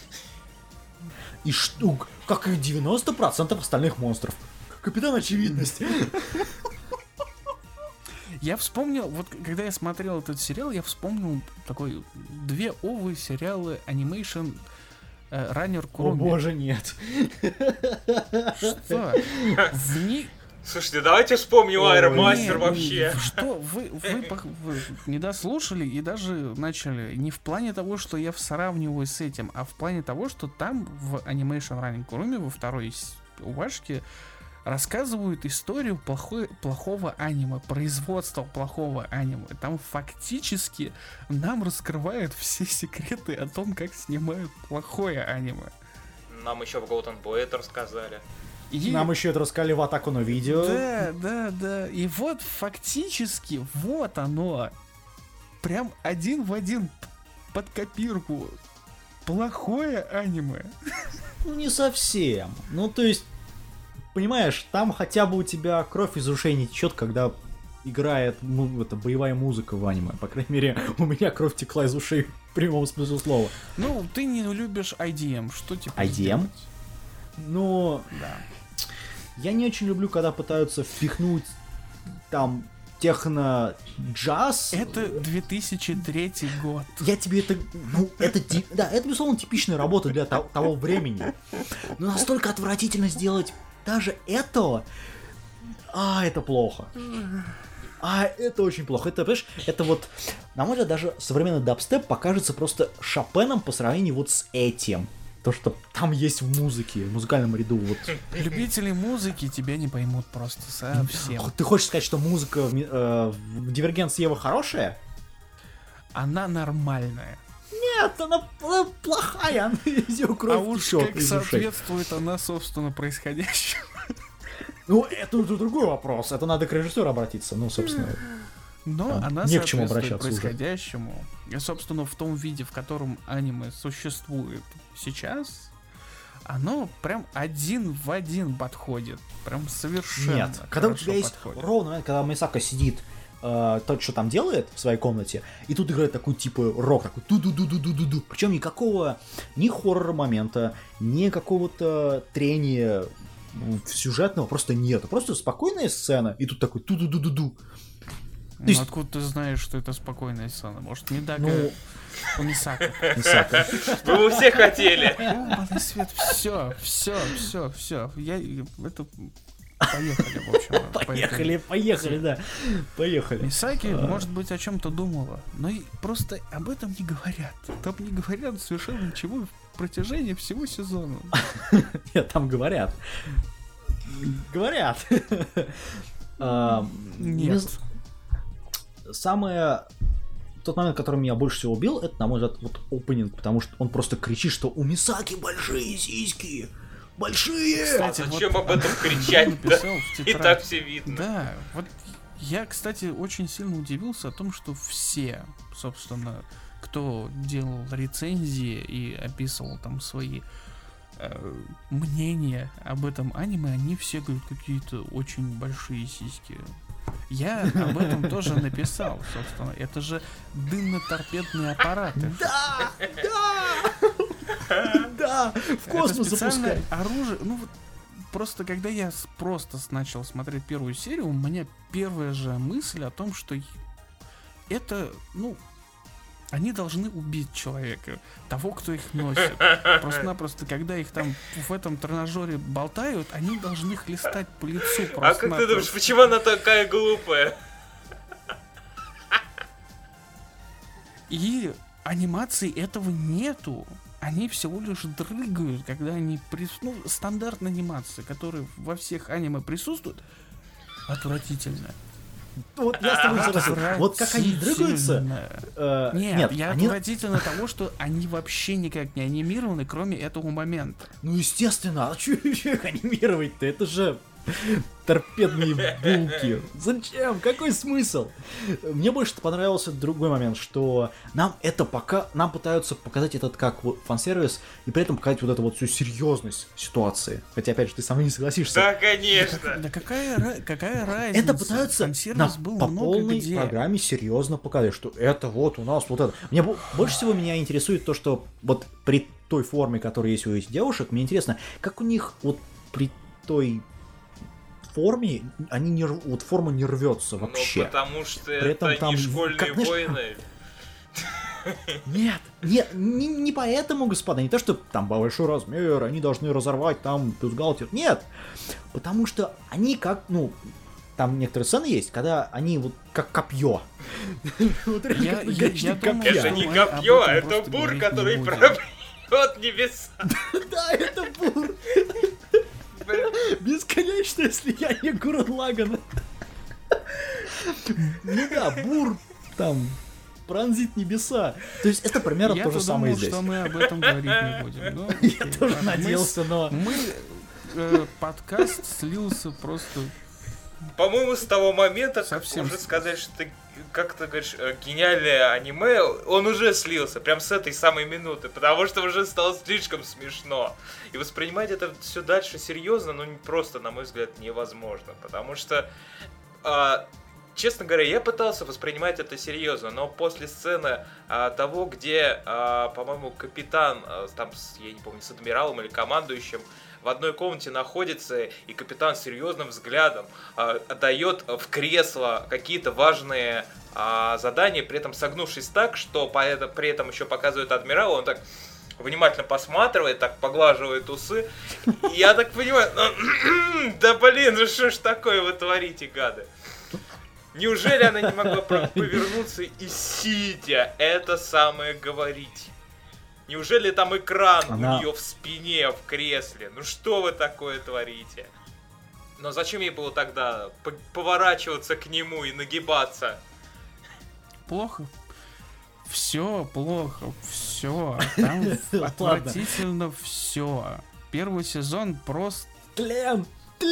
и штук, как и 90% остальных монстров. Капитан Очевидность. Я вспомнил, вот когда я смотрел этот сериал, я вспомнил такой 2 овы сериалы Animation Раннер О Куруми. боже, нет. Что? В них... Слушайте, давайте вспомним Аэромастер Не, вообще. Что? Вы не дослушали и даже начали. Не в плане того, что я сравниваю с этим, а в плане того, что там в Animation Running Kuruми во второй уважке рассказывают историю плохого аниме, производства плохого аниме. Там фактически нам раскрывают все секреты о том, как снимают плохое аниме. Нам еще в Golden Boy это рассказали. И... Нам еще это рассказали в Атаку на видео. Да. И вот фактически, вот оно. Прям один в один под копирку. Плохое аниме. Ну, не совсем. Ну, то есть, понимаешь, там хотя бы у тебя кровь из ушей не течет, когда играет это, боевая музыка в аниме. По крайней мере, у меня кровь текла из ушей в прямом смысле слова. Ну, ты не любишь IDM. Что тебе IDM? сделать? Но Да. я не очень люблю, когда пытаются впихнуть там техно-джаз. Это 2003 год. Я тебе это... Ну, это... Да, это, безусловно, типичная работа для того времени. Но настолько отвратительно сделать даже это... это плохо. Это очень плохо. Это, понимаешь, это вот... На мой взгляд, даже современный дабстеп покажется просто Шопеном по сравнению вот с этим. То, что там есть в музыке, в музыкальном ряду. Вот. Любители музыки тебя не поймут просто совсем. Ты хочешь сказать, что музыка в Дивергенс Ева хорошая? Она нормальная. Нет, она плохая, она из ее А кровь уж течет как из ушей. соответствует она, собственно, происходящему. Ну, это уже другой вопрос. Это надо к режиссеру обратиться. Ну, собственно. Но Да, она не к чему соответствует обращаться уже. происходящему. И, собственно, в том виде, в котором аниме существует сейчас, оно прям один в один подходит. Прям совершенно. Нет. Когда у хорошо тебя есть подходит. ровно момент, когда Мисака сидит, тот, что там делает в своей комнате, и тут играет такой типа рок, такой ду-ду-ду-ду-ду-ду. Причем никакого ни хоррора момента, ни какого-то трения сюжетного просто нет. Просто спокойная сцена, и тут такой ду-ду-ду-ду-ду. Ну, есть- откуда ты знаешь, что это спокойная сцена? Может, Мидака Ну, у Мисака. Мисака. Вы бы все хотели. Ёбаный свет, все. Я это... Поехали, в общем. Поехали, да. Поехали. Мисаки, может быть, о чем-то думала, но и просто об этом не говорят. Там не говорят совершенно ничего в протяжении всего сезона. Нет, там говорят. Говорят. Нет. Тот момент, который меня больше всего убил, это, на мой взгляд, вот опенинг, потому что он просто кричит, что у Мисаки большие сиськи. Большие! Кстати, Зачем вот об этом кричать-то? написал в И тетрадь. так все видно. Да, вот я, кстати, очень сильно удивился о том, что все, собственно, кто делал рецензии и описывал там свои мнения об этом аниме, они все говорят, какие-то очень большие сиськи. Я об этом тоже написал, собственно. Это же дымно-торпедные аппараты. Да! Да! В космос Это специальное запускай! оружие. Ну вот просто когда я просто начал смотреть первую серию, у меня первая же мысль о том, что это, ну, они должны убить человека, того, кто их носит. Просто-напросто, когда их там в этом тренажере болтают, они должны хлестать по лицу А как ты думаешь, почему она такая глупая? И анимации этого нету. Они всего лишь дрыгают, когда они... Ну, стандартная анимация, которая во всех аниме присутствует, отвратительно. Вот я с тобой согласен. Вот как они дрыгаются... Нет, они... отвратительно того, что они вообще никак не анимированы, кроме этого момента. Ну, естественно, а что их анимировать-то? Это же торпедные булки. Зачем? Какой смысл? Мне больше понравился другой момент, что нам пытаются показать этот как вот фан-сервис, и при этом показать вот эту вот всю серьезность ситуации. Хотя, опять же, ты со мной не согласишься. Да, конечно. Да какая разница? Это пытаются по полной где. программе серьезно показать, что это вот у нас вот это. Мне больше всего меня интересует то, что вот при той форме, которая есть у этих девушек, мне интересно, как у них вот при той форме вот форма не рвется вообще. Ну, потому что при этом это там, не школьные войны. Нет, не поэтому, господа, не то, что там большой размер, они должны разорвать там бюстгальтер. Нет, потому что они как, ну, там некоторые сцены есть, когда они вот как копье. Я думаю, Это не копье, это бур, который пробьет небеса. Да, это бур. Бесконечное слияние Гуррен Лагана. Ну да, бур там пронзит небеса. То есть это примерно то же самое здесь. Я думал, что мы об этом говорить не будем. Я тоже надеялся, но... Подкаст слился просто... По-моему, с того момента, совсем уже сказать, что ты, как ты говоришь, гениальное аниме, он уже слился, прям с этой самой минуты, потому что уже стало слишком смешно. И воспринимать это все дальше серьезно, ну, просто, на мой взгляд, невозможно, потому что, честно говоря, я пытался воспринимать это серьезно, но после сцены того, где, по-моему, капитан, там, я не помню, с адмиралом или командующим, в одной комнате находится, и капитан серьезным взглядом отдает в кресло какие-то важные задания, при этом согнувшись так, что при этом еще показывает адмирал, он так внимательно посматривает, так поглаживает усы. И я так понимаю, да блин, ну что ж такое вы творите, гады? Неужели она не могла повернуться и сидя это самое говорить? Неужели там экран у нее в спине, в кресле? Ну что вы такое творите? Но зачем ей было тогда поворачиваться к нему и нагибаться? Плохо. Все плохо, все. Там отвратительно все. Первый сезон просто... Тлен!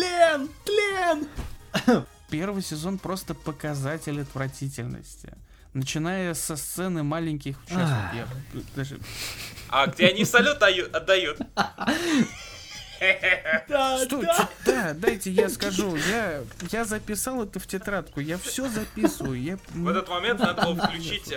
Первый сезон просто показатель отвратительности. Начиная со сцены маленьких... Сейчас я даже... Где они салют отдают? Да, дайте я скажу. Я записал это в тетрадку. Я все записываю. В этот момент надо было включить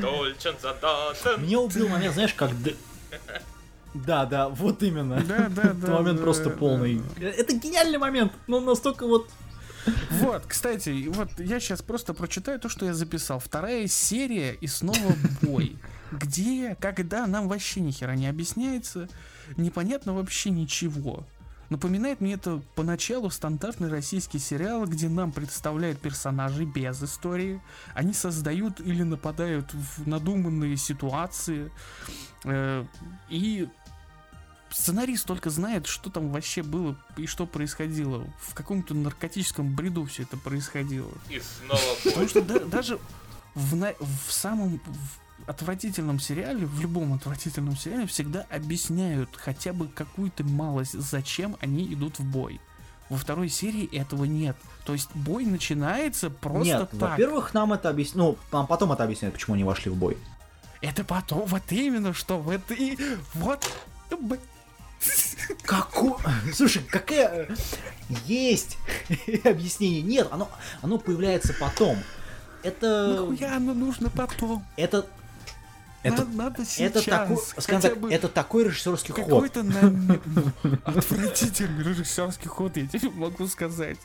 Меня убил момент, знаешь, как... Да, вот именно. Да. Этот момент просто полный. Это гениальный момент, но настолько вот... Вот, кстати, вот я сейчас просто прочитаю то, что я записал. 2 серия и снова бой. Где, когда, нам вообще ни хера не объясняется. Непонятно вообще ничего. Напоминает мне это поначалу стандартный российский сериал, где нам представляют персонажей без истории. Они создают или нападают в надуманные ситуации. И сценарист только знает, что там вообще было и что происходило. В каком-то наркотическом бреду все это происходило. И снова бой. Потому что даже в самом отвратительном сериале, в любом отвратительном сериале всегда объясняют хотя бы какую-то малость, зачем они идут в бой. Во 2 серии этого нет. То есть бой начинается просто нет, так. Во-первых, нам это объясняют, нам потом это объясняют, почему они вошли в бой. Это потом, вот именно что, вот. Слушай, какая... Есть объяснение. Нет, оно появляется потом. Это... Нахуя оно нужно потом? Надо сейчас. Это такой режиссерский ход. Какой-то отвратительный режиссерский ход, я тебе могу сказать.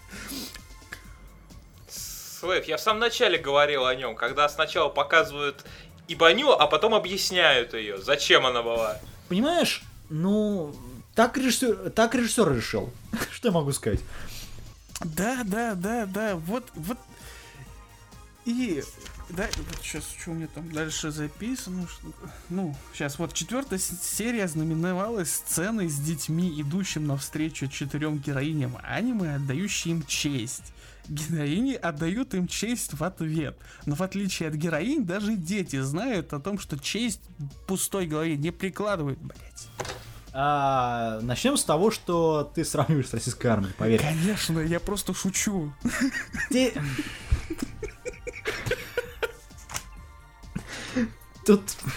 Слэйв, я в самом начале говорил о нем, когда сначала показывают ебаню, а потом объясняют ее. Зачем она была? Понимаешь? Ну, так режиссер решил. Что я могу сказать? Да. Вот. И да, вот сейчас что у меня там дальше записано. Ну, сейчас вот 4-я серия знаменовалась сценой с детьми, идущим навстречу 4 героиням аниме, отдающим им честь. Героини отдают им честь в ответ. Но в отличие от героинь, даже дети знают о том, что честь в пустой голове не прикладывают, блять. Начнем с того, что ты сравниваешь с российской армией, поверь. Конечно, я просто шучу. Ты... Тут...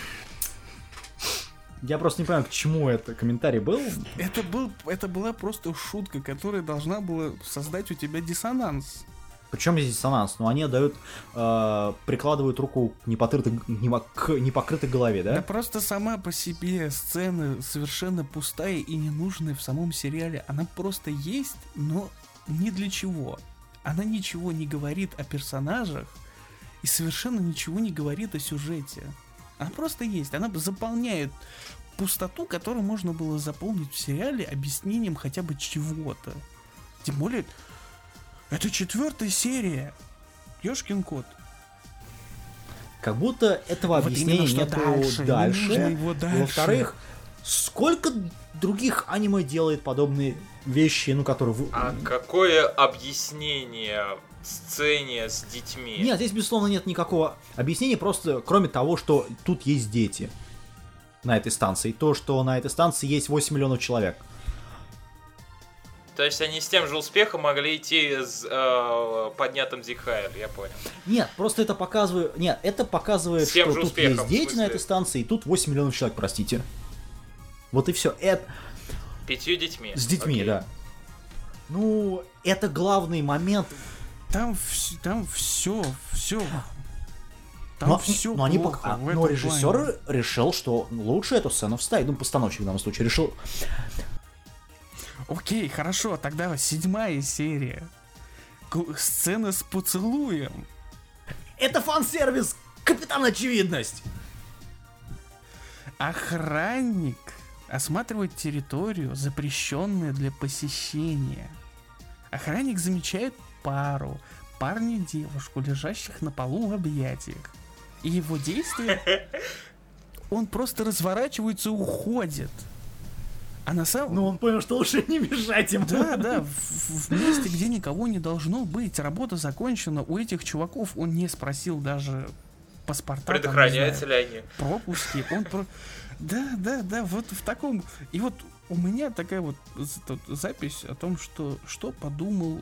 Я просто не понимаю, к чему это комментарий был. Это была просто шутка, которая должна была создать у тебя диссонанс. Причем здесь диссонанс? Ну, они отдают, прикладывают руку к непокрытой голове, да? Да просто сама по себе сцена совершенно пустая и ненужная в самом сериале. Она просто есть, но ни для чего. Она ничего не говорит о персонажах и совершенно ничего не говорит о сюжете. Она просто есть, она заполняет пустоту, которую можно было заполнить в сериале объяснением хотя бы чего-то. Тем более, это 4-я серия. Ёшкин кот. Как будто этого Вот объяснения именно, что нету дальше, не нужно его дальше. Во-вторых, сколько других аниме делает подобные вещи, ну, которые... А какое объяснение сцене с детьми? Нет, здесь, безусловно, нет никакого объяснения, просто кроме того, что тут есть дети на этой станции. То, что на этой станции есть 8 миллионов человек. То есть они с тем же успехом могли идти с поднятым Зигхайр, я понял. Нет, просто это показывает... Нет, это показывает, С тем что же тут успехом, есть дети в смысле? на этой станции, и тут 8 миллионов человек, простите. Вот и все. Это... 5 детьми. С детьми, Окей. да. Ну, это главный момент. Там все. Там Но, все но они плохо. в но этом режиссер плане. решил, что лучше эту сцену вставить. Ну, постановщик в данном случае решил. Окей, хорошо, тогда 7-я серия. Сцена с поцелуем. Это фан-сервис! Капитан Очевидность! Охранник осматривает территорию, запрещенную для посещения. Охранник замечает пару, парня и девушку, лежащих на полу в объятиях. И его действия... Он просто разворачивается и уходит. А на самом... Ну, он понял, что лучше не мешать ему. Да, в месте, где никого не должно быть. Работа закончена. У этих чуваков он не спросил даже паспорта. Предохраняются ли они? Пропуски. Да, вот в таком... И вот у меня такая вот запись о том, что подумал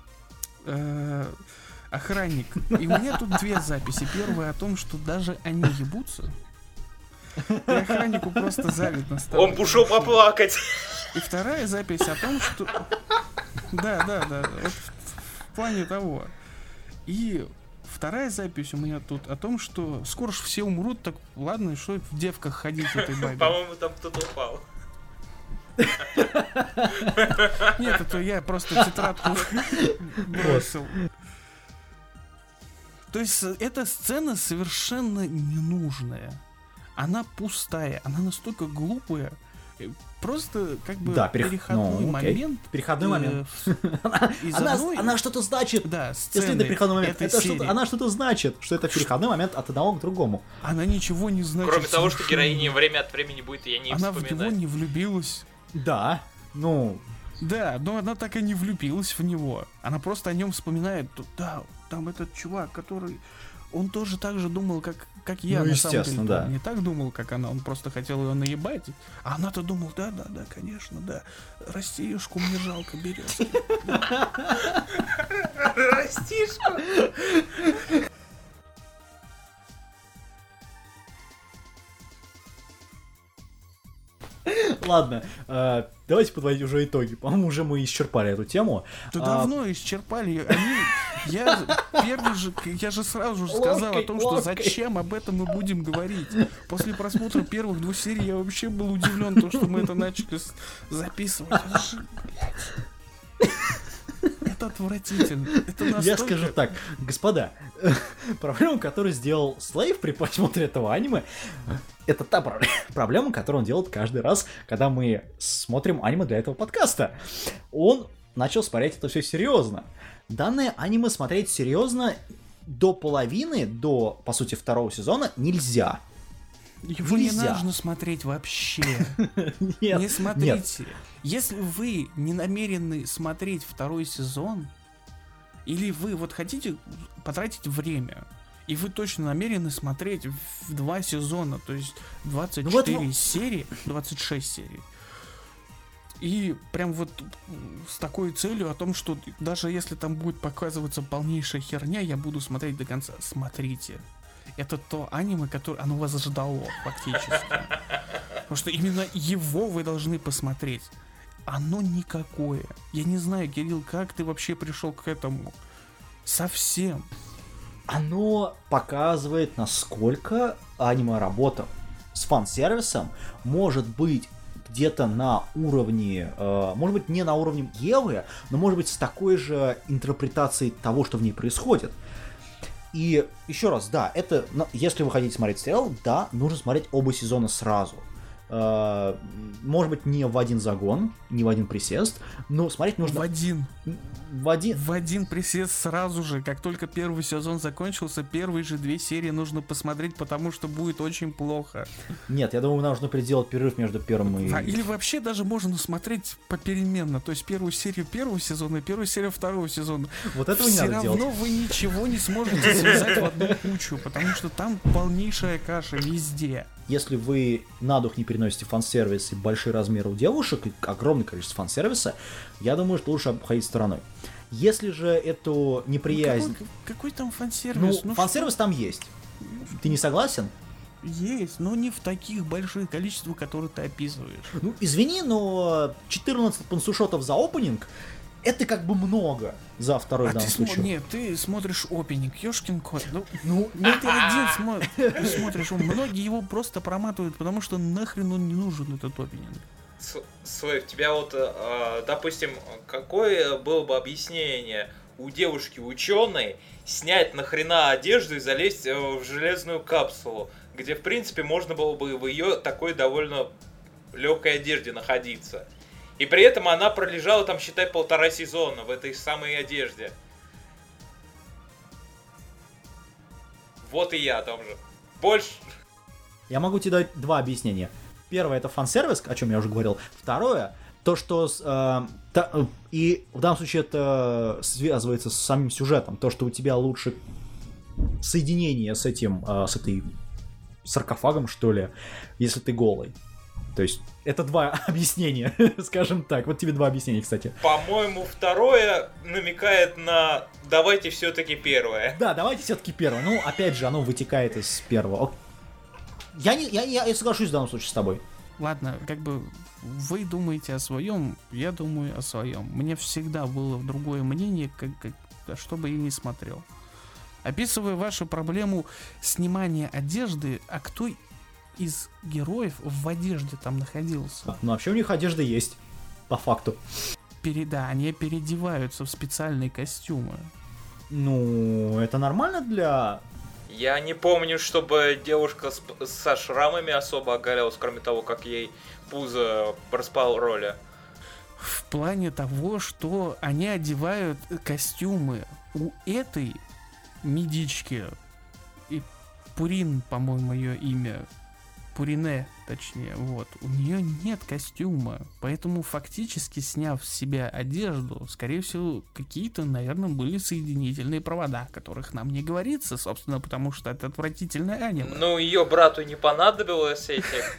охранник. И у меня тут 2 записи. Первая о том, что даже они ебутся. И охраннику просто завидно стало. Он пошел поплакать. И вторая запись о том, что... Да, вот в плане того. И вторая запись у меня тут о том, что скоро ж все умрут, так ладно, что в девках ходить в этой бабе. По-моему, там кто-то упал. Нет, это я просто тетрадку бросил. То есть эта сцена совершенно ненужная. Она пустая, она настолько глупая. Просто как бы Да, переходной момент. Переходной момент. Из одной... Она что-то значит. Да, Если это переходной момент, этой серии. она что-то значит, что это переходной момент от одного к другому. Она ничего не значит. Кроме того, что совершенно. героиня время от времени будет и не Она в него вспоминать. не влюбилась. Да, ну... Да, но она так и не влюбилась в него. Она просто о нем вспоминает. Да, там этот чувак, который... Он тоже так же думал, как я, Ну, на самом деле. естественно, да. Он не так думал, как она. Он просто хотел ее наебать. А она-то думала, да, конечно, да. Растишку мне жалко, березки. Растишку. Ладно, давайте подводить уже итоги. По-моему, уже мы исчерпали эту тему. Да давно исчерпали. Я же сразу же сказал о том, что Ложкой. зачем об этом мы будем говорить. После просмотра первых 2 серий я вообще был удивлен, то, что мы это начали записывать. Это же, блядь, это отвратительно. Это настолько... Я скажу так, господа, проблема, которую сделал Слейв при просмотре этого аниме, это та проблема, которую он делает каждый раз, когда мы смотрим аниме для этого подкаста. Он начал смотреть это все серьезно. Данное аниме смотреть серьезно до половины, по сути, второго сезона нельзя. Его Нельзя. не нужно смотреть вообще. Нет, Не смотрите. Если вы не намерены смотреть второй сезон, или вы вот хотите потратить время, и вы точно намерены смотреть в 2 сезона, то есть 24 серии, 26 серий, и прям вот с такой целью о том, что даже если там будет показываться полнейшая херня, я буду смотреть до конца. Смотрите. Это то аниме, которое оно вас ждало фактически. Потому что именно его вы должны посмотреть. Оно никакое. Я не знаю, Кирилл, как ты вообще пришел к этому? Совсем. Оно показывает, насколько аниме-работа с фан-сервисом может быть где-то на уровне, может быть, не на уровне Евы, но может быть с такой же интерпретацией того, что в ней происходит. И еще раз, да, это, если вы хотите смотреть сериал, да, нужно смотреть оба сезона сразу. Может быть, не в один загон, не в один присест, но смотреть нужно... В один присест сразу же, как только первый сезон закончился, первые же 2 серии нужно посмотреть, потому что будет очень плохо. Нет, я думаю, нам нужно сделать перерыв между первым и... Или вообще даже можно смотреть попеременно, то есть первую серию первого сезона и первую серию второго сезона. Вот этого не надо делать. Все равно вы ничего не сможете связать в одну кучу, потому что там полнейшая каша везде. Если вы на дух не переносите фан-сервис и большие размеры у девушек, и огромное количество фан-сервиса, я думаю, что лучше обходить стороной. Если же эту неприязнь... Какой там фан-сервис? Фан-сервис там есть. Ты не согласен? Есть, но не в таких больших количествах, которые ты описываешь. Ну, извини, но 14 пансушотов за опенинг — это как бы много за второй в данном случае. Нет, ты смотришь опенинг, ёшкин кот. Ну ты один смотришь, многие его просто проматывают, потому что нахрен он не нужен, этот опенинг. Слэйв, тебя вот, допустим, какое было бы объяснение у девушки-ученой снять нахрена одежду и залезть в железную капсулу, где, в принципе, можно было бы в ее такой довольно легкой одежде находиться. И при этом она пролежала там, считай, 1,5 сезона в этой самой одежде. Вот и я о том же. Больше... Я могу тебе дать 2 объяснения. Первое — это фан-сервис, о чем я уже говорил. Второе — то, что... и в данном случае это связывается с самим сюжетом. То, что у тебя лучше соединение с этим... с этой саркофагом, что ли, если ты голый. То есть, это 2 объяснения, скажем так. Вот тебе 2 объяснения, кстати. По-моему, второе намекает на «давайте все-таки первое». Да, давайте все-таки первое. Ну, опять же, оно вытекает из первого. Я соглашусь в данном случае с тобой. Ладно, как бы вы думаете о своем, я думаю о своем. Мне всегда было другое мнение, что бы я ни смотрел. Описывая вашу проблему снимания одежды, а кто из героев в одежде там находился? Ну, вообще у них одежда есть, по факту. Да, они переодеваются в специальные костюмы. Ну, это нормально для... Я не помню, чтобы девушка со шрамами особо оголялась, кроме того, как ей пузо распороли. В плане того, что они одевают костюмы. У этой медички, и Пурин, по-моему, ее имя, Пурине, точнее, вот, у нее нет костюма, поэтому фактически, сняв с себя одежду, скорее всего, какие-то, наверное, были соединительные провода, о которых нам не говорится, собственно, потому что это отвратительное аниме. Ну, ее брату не понадобилось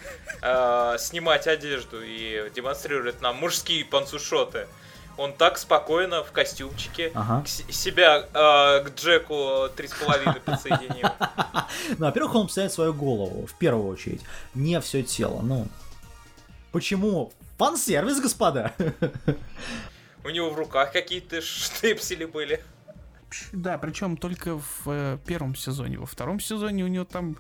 снимать одежду и демонстрировать нам мужские пансушоты. Он так спокойно в костюмчике себя к Джеку 3,5 подсоединил. Ну, во-первых, он представляет свою голову, в первую очередь, не все тело. Ну, почему? Фан-сервис, господа! У него в руках какие-то штепсели были. Да, причем только в первом сезоне. Во втором сезоне у него там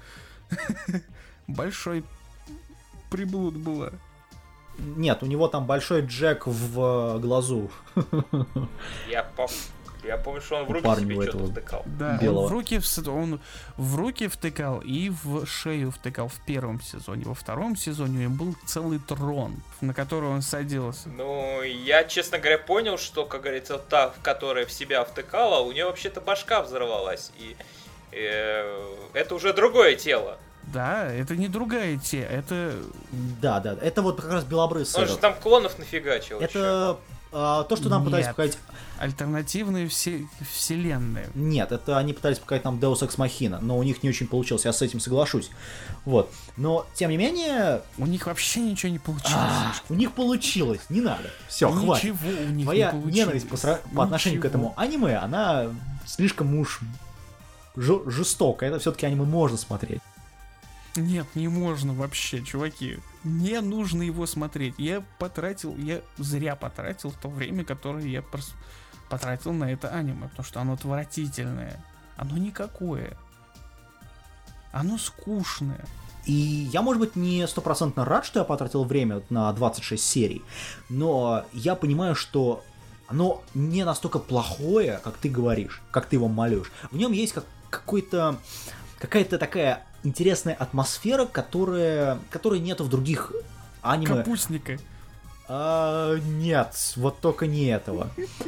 большой приблуд было. Нет, у него там большой Джек в глазу. Я помню, что он в руки парня себе у что-то этого. втыкал. Да, Белого. он в руки втыкал и в шею втыкал в первом сезоне. Во втором сезоне у него был целый трон, на который он садился. Ну, я, честно говоря, понял, что, как говорится, та, которая в себя втыкала, у нее вообще-то башка взорвалась. И это уже другое тело. Да, это не другая те, это... Да, это вот как раз белобрысый. Он же там клонов нафигачил. Это то, что нам пытались Нет. показать... альтернативные вселенные. Нет, это они пытались показать нам Deus Ex Machina, но у них не очень получилось, я с этим соглашусь. Вот. Но, тем не менее... У них вообще ничего не получилось. У них получилось, не надо. Все, хватит. Ничего у них Твоя не получилось. ненависть по отношению к Ничего. этому аниме, она слишком уж жестокая. Это все-таки аниме можно смотреть. Нет, не можно вообще, чуваки. Не нужно его смотреть. Я зря потратил то время, которое я потратил на это аниме, потому что оно отвратительное. Оно никакое. Оно скучное. И я, может быть, не стопроцентно рад, что я потратил время на 26 серий, но я понимаю, что оно не настолько плохое, как ты говоришь, как ты его молишь. В нем есть какая-то такая интересная атмосфера, которой нету в других аниме. Капустника. Нет, вот только не этого.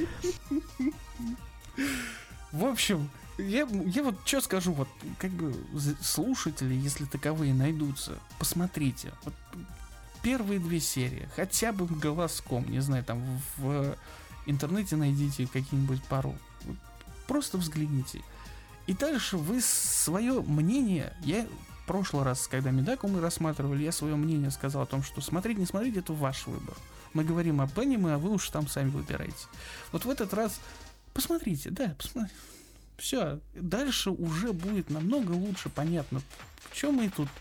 В общем, я вот что скажу, вот как бы слушатели, если таковые найдутся, посмотрите. Вот первые 2 серии, хотя бы голоском, не знаю, там в интернете найдите какие-нибудь пару. Просто взгляните. И дальше вы свое мнение, я в прошлый раз, когда Медаку мы рассматривали, я свое мнение сказал о том, что смотреть, не смотреть, это ваш выбор. Мы говорим об аниме, а вы уж там сами выбираете. Вот в этот раз посмотрите, посмотрите. Все, дальше уже будет намного лучше понятно, в чем мы тут.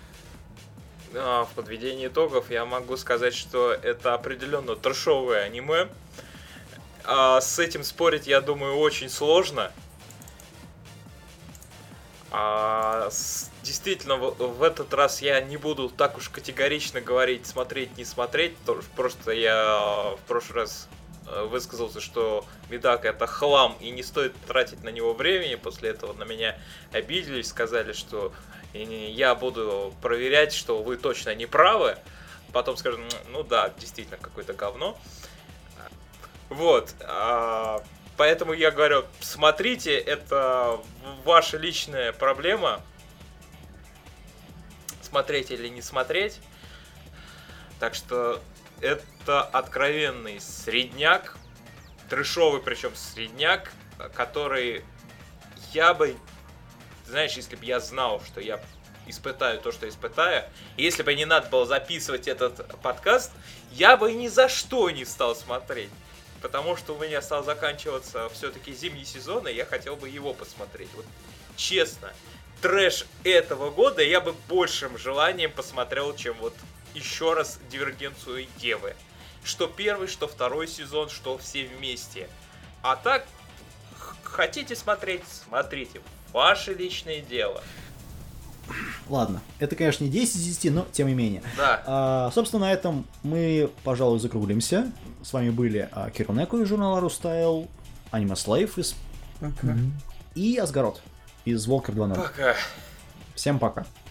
В подведении итогов я могу сказать, что это определенно трэшовое аниме. С этим спорить, я думаю, очень сложно. Действительно, в этот раз я не буду так уж категорично говорить смотреть, не смотреть. Просто я в прошлый раз высказался, что Медак это хлам и не стоит тратить на него времени. После этого на меня обиделись, сказали, что я буду проверять, что вы точно не правы. Потом скажу, ну да, действительно какое-то говно. Вот. Поэтому я говорю, смотрите, это ваша личная проблема. Смотреть или не смотреть. Так что это откровенный средняк. Трэшовый причем средняк, который я бы... Знаешь, если бы я знал, что я испытаю то, что испытаю, и если бы не надо было записывать этот подкаст, я бы ни за что не стал смотреть. Потому что у меня стал заканчиваться все-таки зимний сезон, и я хотел бы его посмотреть. Вот честно, трэш этого года я бы большим желанием посмотрел, чем вот еще раз Дивергенцию Евы. Что первый, что второй сезон, что все вместе. А так, хотите смотреть, смотрите. Ваше личное дело. Ладно, это, конечно, не 10 из 10, но тем не менее. Да. Собственно, на этом мы, пожалуй, закруглимся. С вами были Кирунеко из журнала Рустайл, Аниме Слейв из... Пока. и Асгарот из Волкер 2.0. Пока. Всем пока.